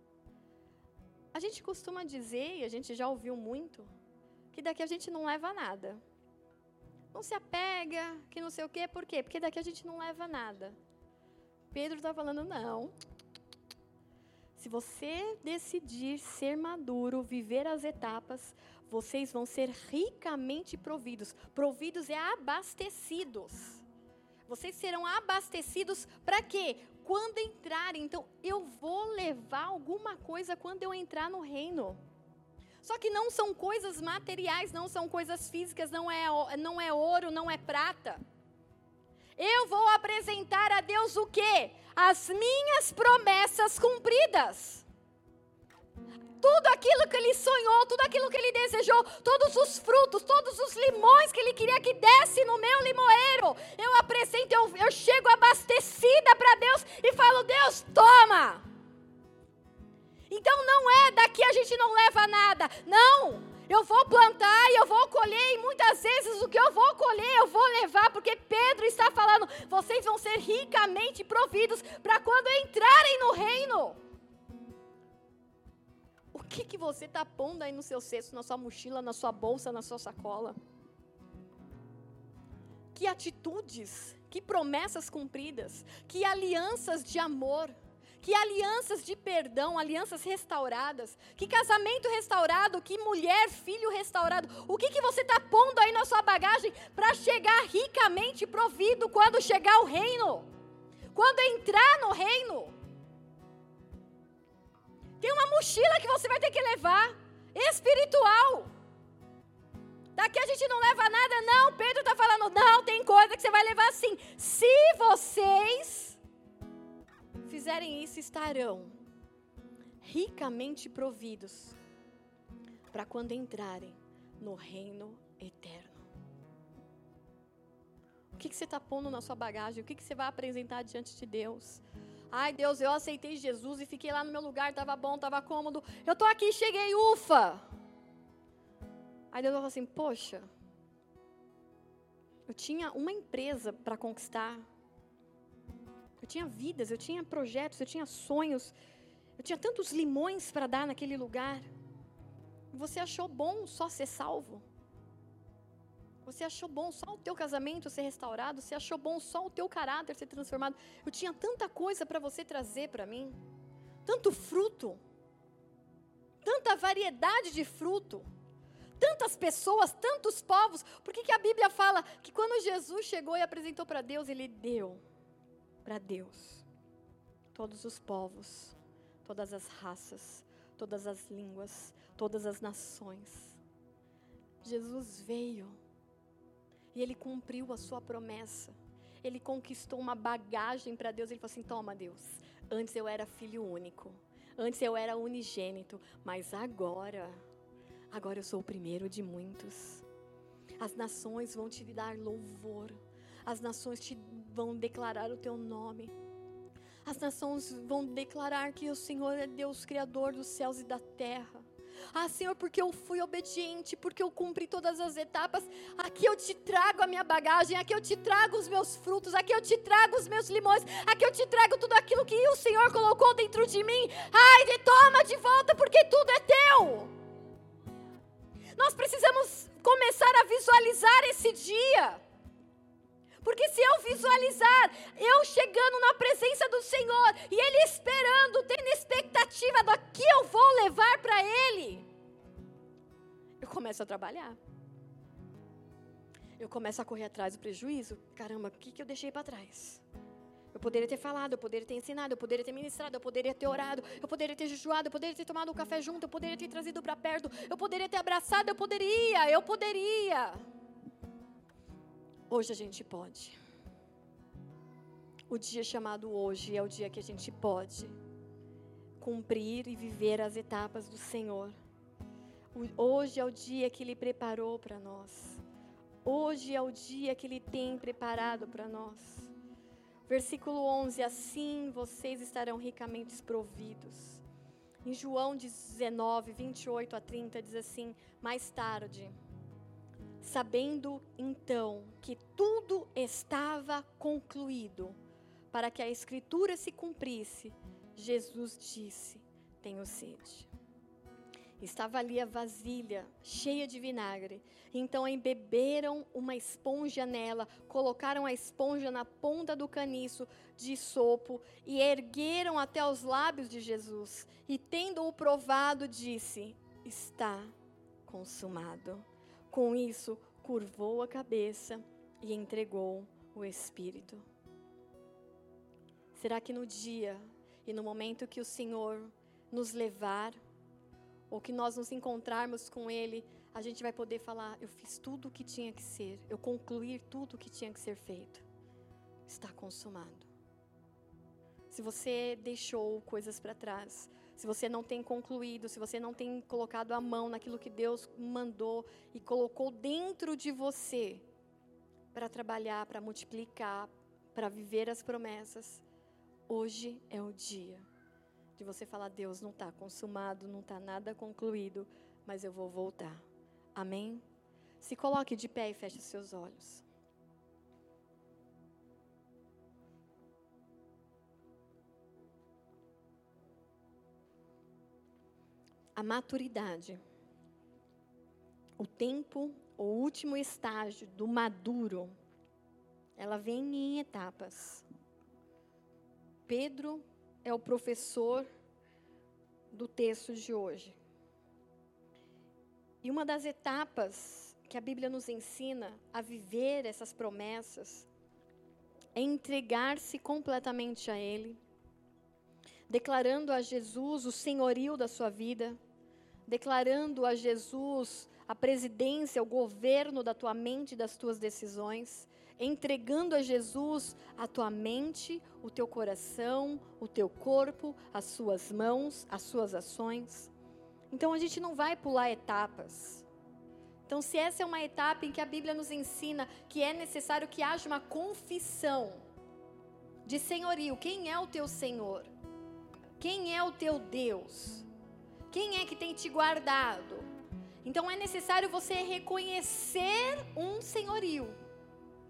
A gente costuma dizer, e a gente já ouviu muito, que daqui a gente não leva nada. Não se apega, que não sei o quê, por quê? Porque daqui a gente não leva nada. Pedro está falando, não. Se você decidir ser maduro, viver as etapas, vocês vão ser ricamente providos. Providos é abastecidos. Vocês serão abastecidos para quê? Quando entrarem. Então, eu vou levar alguma coisa quando eu entrar no reino. Só que não são coisas materiais, não são coisas físicas, não é ouro, não é prata. Eu vou apresentar a Deus o quê? As minhas promessas cumpridas. Tudo aquilo que Ele sonhou, tudo aquilo que Ele desejou, todos os frutos, todos os limões que Ele queria que desse no meu limoeiro, eu apresento, eu chego abastecida para Deus e falo, Deus, toma. Então não é daqui a gente não leva nada, não. Eu vou plantar e eu vou colher, e muitas vezes o que eu vou colher eu vou levar, porque Pedro está falando, vocês vão ser ricamente providos para quando entrarem no reino. O que você está pondo aí no seu cesto, na sua mochila, na sua bolsa, na sua sacola? Que atitudes, que promessas cumpridas, que alianças de amor, que alianças de perdão, alianças restauradas, que casamento restaurado, que mulher, filho restaurado. O que você está pondo aí na sua bagagem para chegar ricamente provido quando chegar o reino? Quando entrar no reino? Tem uma mochila que você vai ter que levar, espiritual. Daqui a gente não leva nada, não. Pedro está falando, não, tem coisa que você vai levar sim. Se vocês fizerem isso, estarão ricamente providos para quando entrarem no reino eterno. O que você está pondo na sua bagagem? O que você vai apresentar diante de Deus? Ai, Deus, eu aceitei Jesus e fiquei lá no meu lugar, estava bom, estava cômodo. Eu estou aqui, cheguei, ufa. Aí Deus falou assim, poxa, Eu tinha uma empresa para conquistar. Eu tinha vidas, eu tinha projetos, eu tinha sonhos. Eu tinha tantos limões para dar naquele lugar. Você achou bom só ser salvo? Você achou bom só o teu casamento ser restaurado? Você achou bom só o teu caráter ser transformado? Eu tinha tanta coisa para você trazer para mim. Tanto fruto. Tanta variedade de fruto. Tantas pessoas, tantos povos. Por que a Bíblia fala que quando Jesus chegou e apresentou para Deus, Ele deu para Deus todos os povos, todas as raças, todas as línguas, todas as nações. Jesus veio e Ele cumpriu a sua promessa. Ele conquistou uma bagagem para Deus. Ele falou assim: toma, Deus, antes eu era filho único, antes eu era unigênito, mas agora eu sou o primeiro de muitos. As nações vão te dar louvor, as nações vão declarar o teu nome. As nações vão declarar que o Senhor é Deus, Criador dos céus e da terra. Ah, Senhor, porque eu fui obediente, porque eu cumpri todas as etapas. Aqui eu te trago a minha bagagem, aqui eu te trago os meus frutos, aqui eu te trago os meus limões, aqui eu te trago tudo aquilo que o Senhor colocou dentro de mim. Ai, toma de volta, porque tudo é teu. Nós precisamos começar a visualizar esse dia. Porque se eu visualizar, eu chegando na presença do Senhor, e Ele esperando, tendo expectativa do que eu vou levar para Ele, eu começo a trabalhar. Eu começo a correr atrás do prejuízo. Caramba, o que eu deixei para trás? Eu poderia ter falado, eu poderia ter ensinado, eu poderia ter ministrado, eu poderia ter orado, eu poderia ter jejuado, eu poderia ter tomado um café junto, eu poderia ter trazido para perto, eu poderia ter abraçado, eu poderia. Hoje a gente pode. O dia chamado hoje é o dia que a gente pode cumprir e viver as etapas do Senhor. Hoje é o dia que Ele preparou para nós. Hoje é o dia que Ele tem preparado para nós. Versículo 11: assim vocês estarão ricamente providos. Em João 19, 28 a 30, diz assim: mais tarde, sabendo então que tudo estava concluído, para que a Escritura se cumprisse, Jesus disse: tenho sede. Estava ali a vasilha cheia de vinagre. Então embeberam uma esponja nela, colocaram a esponja na ponta do caniço de sopo e ergueram até os lábios de Jesus. E tendo-o provado, disse: está consumado. Com isso, curvou a cabeça e entregou o Espírito. Será que no dia e no momento que o Senhor nos levar, ou que nós nos encontrarmos com Ele, a gente vai poder falar: eu fiz tudo o que tinha que ser, eu concluí tudo o que tinha que ser feito, está consumado. Se você deixou coisas para trás, se você não tem concluído, se você não tem colocado a mão naquilo que Deus mandou e colocou dentro de você para trabalhar, para multiplicar, para viver as promessas, hoje é o dia de você falar: Deus, não está consumado, não está nada concluído, mas eu vou voltar. Amém? Se coloque de pé e feche seus olhos. A maturidade, o tempo, o último estágio do maduro, ela vem em etapas. Pedro é o professor do texto de hoje. E uma das etapas que a Bíblia nos ensina a viver essas promessas é entregar-se completamente a Ele, declarando a Jesus o senhorio da sua vida, declarando a Jesus a presidência, o governo da tua mente e das tuas decisões, entregando a Jesus a tua mente, o teu coração, o teu corpo, as suas mãos, as suas ações. Então a gente não vai pular etapas. Então, se essa é uma etapa em que a Bíblia nos ensina que é necessário que haja uma confissão de senhorio: quem é o teu Senhor? Quem é o teu Deus? Quem é que tem te guardado? Então é necessário você reconhecer um senhorio.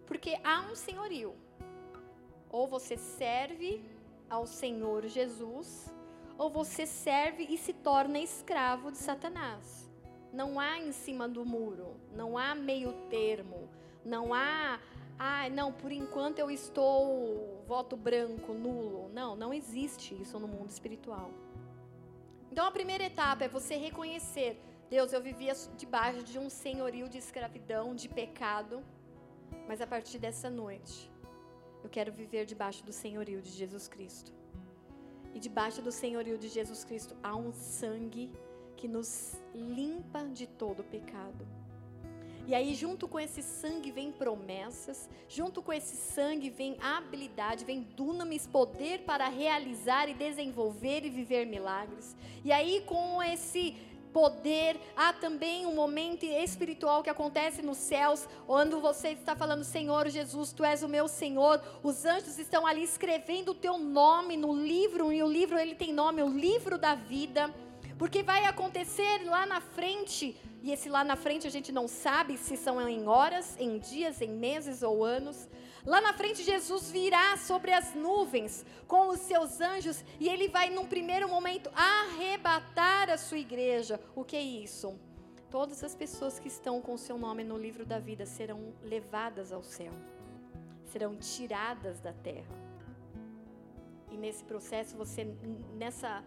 Porque há um senhorio. Ou você serve ao Senhor Jesus, ou você serve e se torna escravo de Satanás. Não há em cima do muro, não há meio termo, não há, não, por enquanto eu estou voto branco, nulo. Não existe isso no mundo espiritual. Então a primeira etapa é você reconhecer, Deus, eu vivia debaixo de um senhorio de escravidão, de pecado, mas a partir dessa noite, eu quero viver debaixo do senhorio de Jesus Cristo. E debaixo do senhorio de Jesus Cristo há um sangue que nos limpa de todo pecado. E aí junto com esse sangue vem promessas, junto com esse sangue vem habilidade, vem dunamis, poder para realizar e desenvolver e viver milagres. E aí com esse poder, há também um momento espiritual que acontece nos céus, quando você está falando, Senhor Jesus, Tu és o meu Senhor, os anjos estão ali escrevendo o Teu nome no livro, e o livro ele tem nome, o livro da vida, porque vai acontecer lá na frente, e esse lá na frente a gente não sabe se são em horas, em dias, em meses ou anos. Lá na frente Jesus virá sobre as nuvens com os seus anjos e ele vai num primeiro momento arrebatar a sua igreja. O que é isso? Todas as pessoas que estão com o seu nome no livro da vida serão levadas ao céu, serão tiradas da terra. E nesse processo você, nessa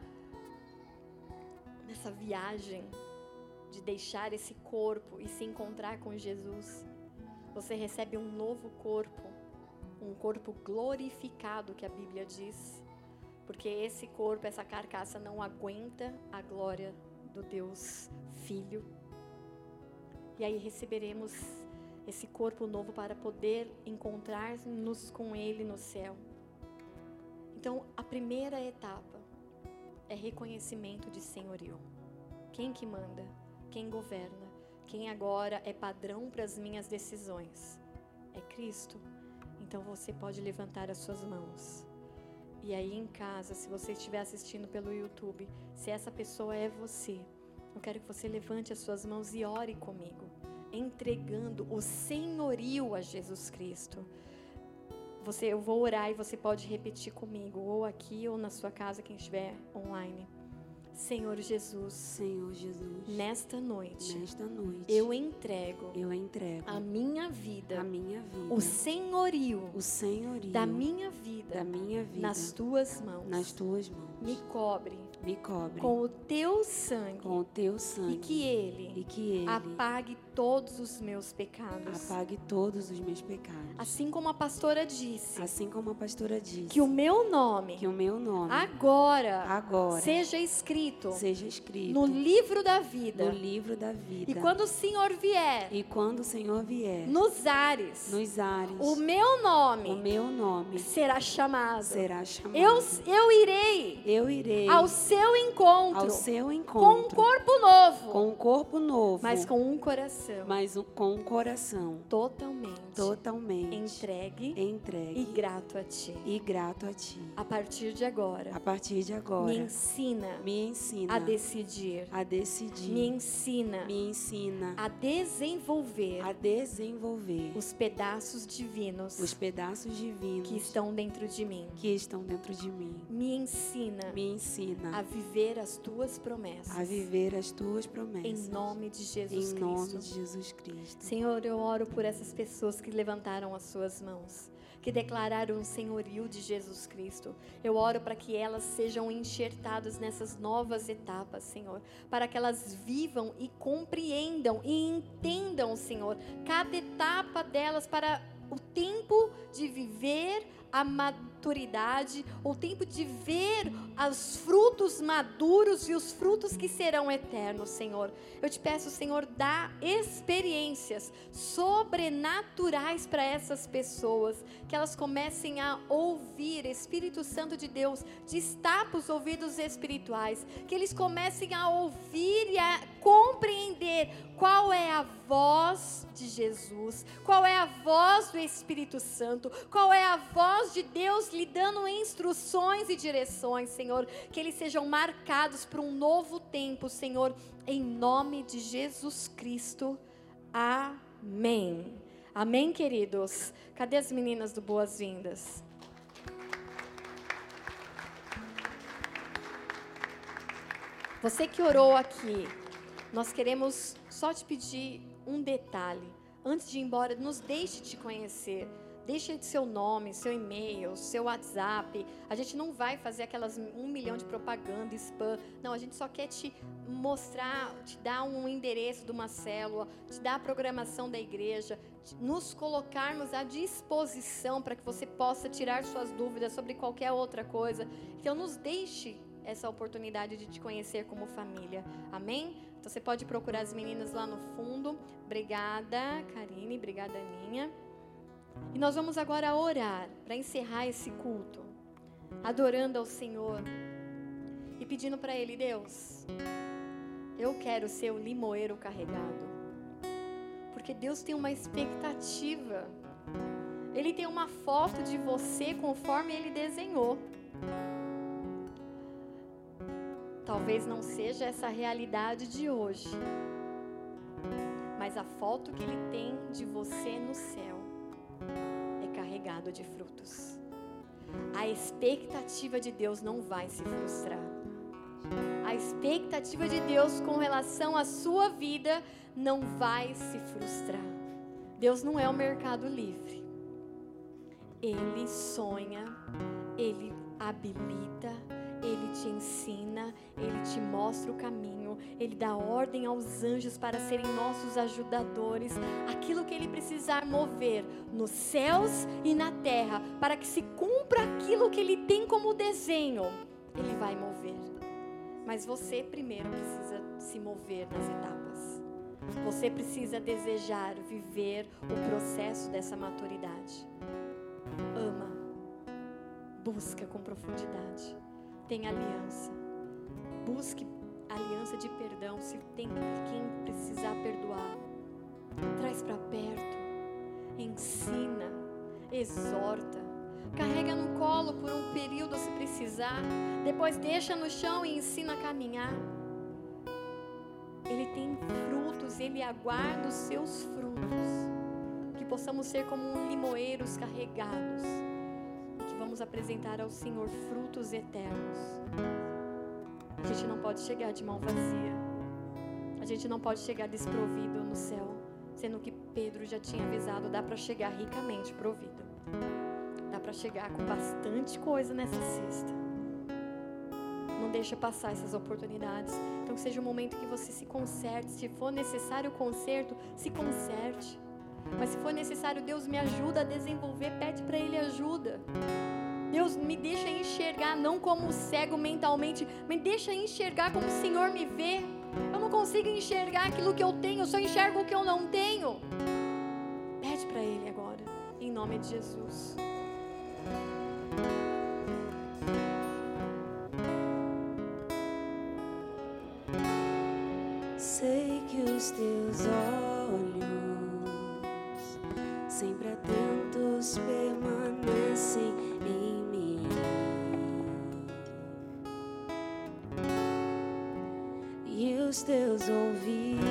viagem de deixar esse corpo e se encontrar com Jesus, você recebe um novo corpo, um corpo glorificado, que a Bíblia diz, porque esse corpo, essa carcaça não aguenta a glória do Deus Filho. E aí receberemos esse corpo novo para poder encontrar-nos com Ele no céu. Então, a primeira etapa é reconhecimento de senhorio. Quem que manda? Quem governa? Quem agora é padrão para as minhas decisões? É Cristo. Então você pode levantar as suas mãos. E aí em casa, se você estiver assistindo pelo YouTube, se essa pessoa é você, eu quero que você levante as suas mãos e ore comigo, entregando o senhorio a Jesus Cristo. Eu vou orar e você pode repetir comigo, ou aqui ou na sua casa, quem estiver online. Senhor Jesus, nesta noite, eu entrego a minha vida, o senhorio da minha vida nas tuas mãos. Me cobre com o teu sangue, e que ele apague todos os meus pecados. Assim como a pastora disse, que o meu nome agora seja escrito no livro da vida. E quando o Senhor vier, nos ares, o meu nome será chamado. Eu irei ao seu encontro, com um corpo novo, mas com um coração totalmente entregue e grato a ti. A partir de agora, me ensina a decidir. Me ensina a desenvolver os pedaços divinos que estão dentro de mim. Me ensina a viver as tuas promessas. Em nome de Jesus Cristo. Senhor, eu oro por essas pessoas que levantaram as suas mãos, que declararam o senhorio de Jesus Cristo. Eu oro para que elas sejam enxertadas nessas novas etapas, Senhor, para que elas vivam e compreendam e entendam, Senhor, cada etapa delas, para o tempo de viver a maturidade, o tempo de ver os frutos maduros e os frutos que serão eternos, Senhor. Eu te peço, Senhor, dá experiências sobrenaturais para essas pessoas, que elas comecem a ouvir. Espírito Santo de Deus, destapa os ouvidos espirituais, que eles comecem a ouvir e a compreender qual é a voz de Jesus, qual é a voz do Espírito Santo, qual é a voz de Deus lhe dando instruções e direções, Senhor, que eles sejam marcados por um novo tempo, Senhor, em nome de Jesus Cristo. Amém. Amém, queridos? Cadê as meninas do Boas-Vindas? Você que orou aqui, nós queremos só te pedir um detalhe. Antes de ir embora, nos deixe te conhecer. Deixe seu nome, seu e-mail, seu WhatsApp. A gente não vai fazer aquelas 1 milhão de propaganda, spam. Não, a gente só quer te mostrar, te dar um endereço de uma célula, te dar a programação da igreja, nos colocarmos à disposição para que você possa tirar suas dúvidas sobre qualquer outra coisa. Então, nos deixe essa oportunidade de te conhecer como família. Amém? Então, você pode procurar as meninas lá no fundo. Obrigada, Karine. Obrigada, Aninha. E nós vamos agora orar para encerrar esse culto, adorando ao Senhor e pedindo para Ele: Deus, eu quero ser o limoeiro carregado, porque Deus tem uma expectativa, Ele tem uma foto de você conforme Ele desenhou. Talvez não seja essa a realidade de hoje, mas a foto que Ele tem de você no céu é carregado de frutos. A expectativa de Deus não vai se frustrar. A expectativa de Deus com relação à sua vida não vai se frustrar. Deus não é o Mercado Livre. Ele sonha, Ele habilita, Ele te ensina, Ele te mostra o caminho, Ele dá ordem aos anjos para serem nossos ajudadores. Aquilo que Ele precisar mover nos céus e na terra, para que se cumpra aquilo que Ele tem como desenho, Ele vai mover. Mas você primeiro precisa se mover nas etapas. Você precisa desejar viver o processo dessa maturidade. Ama, busca com profundidade. Tem aliança, busque aliança de perdão. Se tem quem precisar perdoar, traz para perto, ensina, exorta, carrega no colo por um período se precisar, depois deixa no chão e ensina a caminhar. Ele tem frutos, Ele aguarda os seus frutos, que possamos ser como limoeiros carregados, vamos apresentar ao Senhor frutos eternos. A gente não pode chegar de mão vazia. A gente não pode chegar desprovido no céu, sendo que Pedro já tinha avisado, dá para chegar ricamente provido. Dá para chegar com bastante coisa nessa cesta. Não deixa passar essas oportunidades. Então que seja um momento que você se conserte. Se for necessário o conserto, se conserte. Mas se for necessário, Deus me ajuda a desenvolver, pede para Ele ajuda. Deus me deixa enxergar, não como cego mentalmente, me deixa enxergar como o Senhor me vê. Eu não consigo enxergar aquilo que eu tenho, eu só enxergo o que eu não tenho. Pede para Ele agora, em nome de Jesus. Sei que os teus olhos sempre atentos permanecem em mim, e os teus ouvidos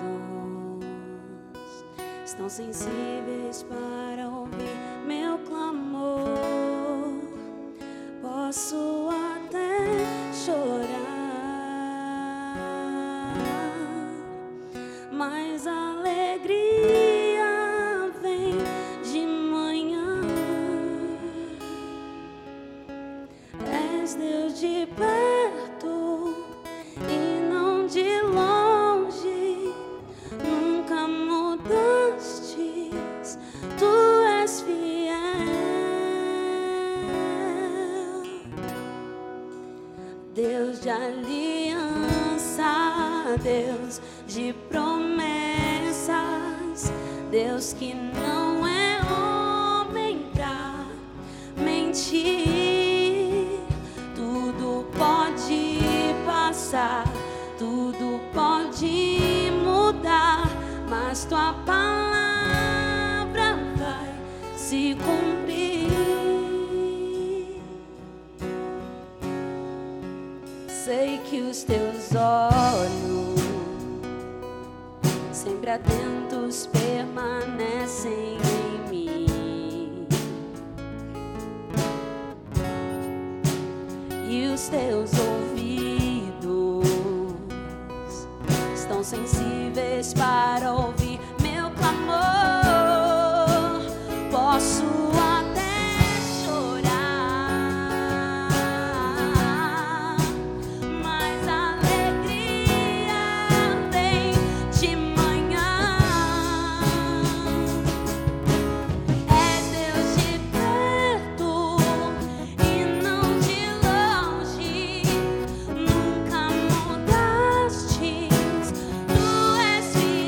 estão sensíveis para ouvir meu clamor. Posso até chorar, mas a alegria vem de manhã. És Deus de perto e não de longe, nunca mudastes, tu és fiel. Deus de aliança, Deus de promessas, Deus que não é homem pra mentir. Tudo pode passar, tudo pode mudar, mas tua palavra vai se cumprir. Sei que os teus olhos sempre atentos olhos permanecem em mim, e os teus ouvidos estão sensíveis para ouvir meu clamor. Posso até chorar, mas a alegria vem de manhã. És Deus de perto e não de longe, nunca mudastes, tu és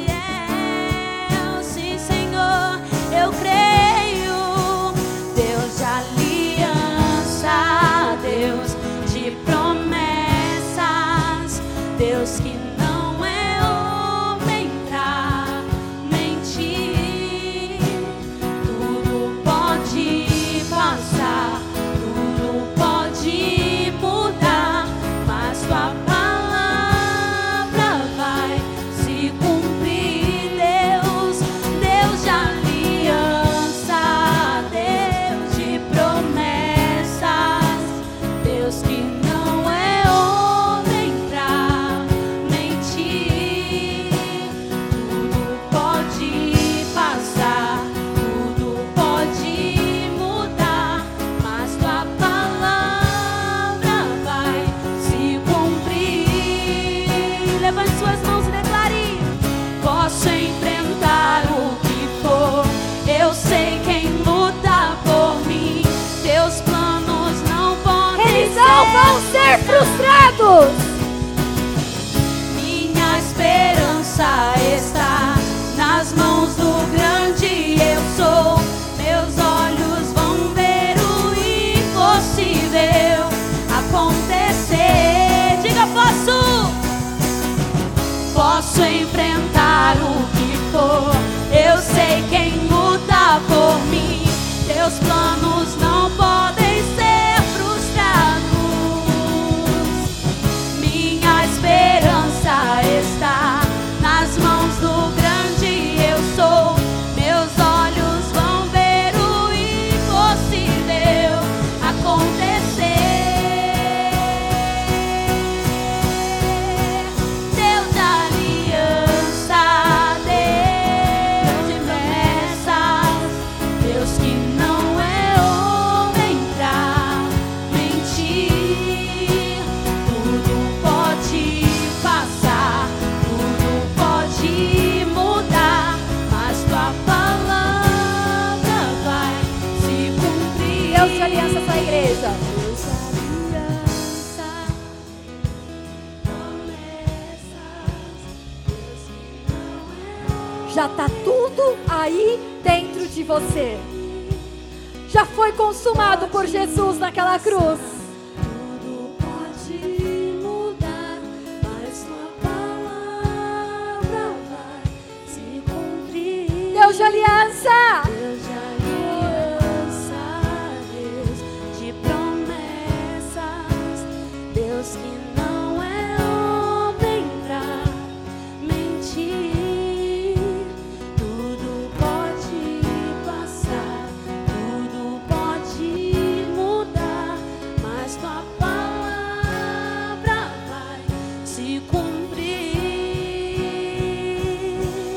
fiel. Sim, Senhor, eu creio. Deus de aliança, Deus de promessas, Deus que não é homem pra mentir. Tudo pode passar, tudo pode mudar, mas tua palavra vai se cumprir. Deus, Deus de aliança, Deus de promessas, Deus que não é homem pra mentir. Tudo pode passar, tudo pode mudar, mas tua palavra vai se cumprir. Levante suas mãos e declare: posso enfrentar o que for, eu sei quem luta por mim. Teus planos não podem Eles não vão ser frustrados. Minha esperança está nas mãos do grande eu sou. Meus olhos vão ver o impossível acontecer. Diga: posso enfrentar o que for, eu sei quem luta por mim. Teus planos não podem ser frustrados. Minha esperança está nas mãos do grande eu sou. Meus olhos vão ver o impossível acontecer. Deus de aliança, Deus de promessas, Deus que não é homem pra mentir. Tudo pode passar, tudo pode mudar, mas tua palavra vai se cumprir. Deus de aliança, essa igreja. Deus de aliança, promessas, Deus que não é homem. Já está tudo aí dentro de você. Já foi consumado por Jesus naquela cruz. Tudo pode mudar, mas tua palavra vai se cumprir. Deus de aliança. Deus de aliança, Deus de promessas, Deus que não é homem pra mentir. Tudo pode passar, tudo pode mudar, mas tua palavra vai se cumprir.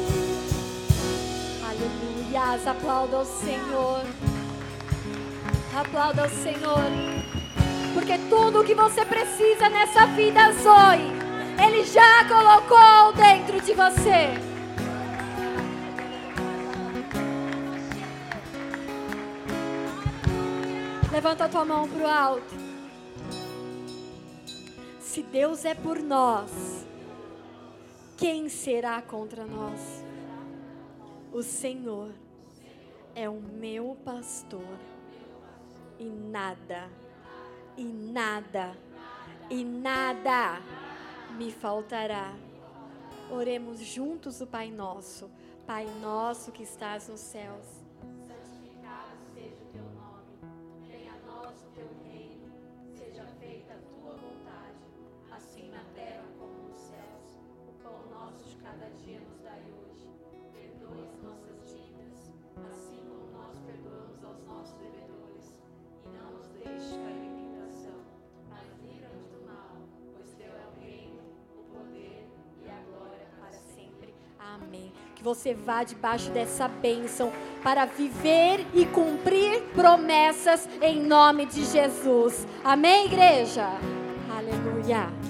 Aleluias, aplauda ao Senhor. Aplauda ao Senhor. Porque tudo o que você precisa nessa vida, Zoe, Ele já colocou dentro de você. Levanta a tua mão pro alto. Se Deus é por nós, quem será contra nós? O Senhor é o meu pastor e nada, e nada, e nada me faltará. Oremos juntos o Pai Nosso. Pai nosso que estás nos céus, santificado seja o teu nome. Venha a nós o teu reino. Seja feita a tua vontade, assim na terra como nos céus. O pão nosso de cada dia nos dai hoje. Perdoa Amém. Que você vá debaixo dessa bênção para viver e cumprir promessas em nome de Jesus. Amém, igreja? Aleluia.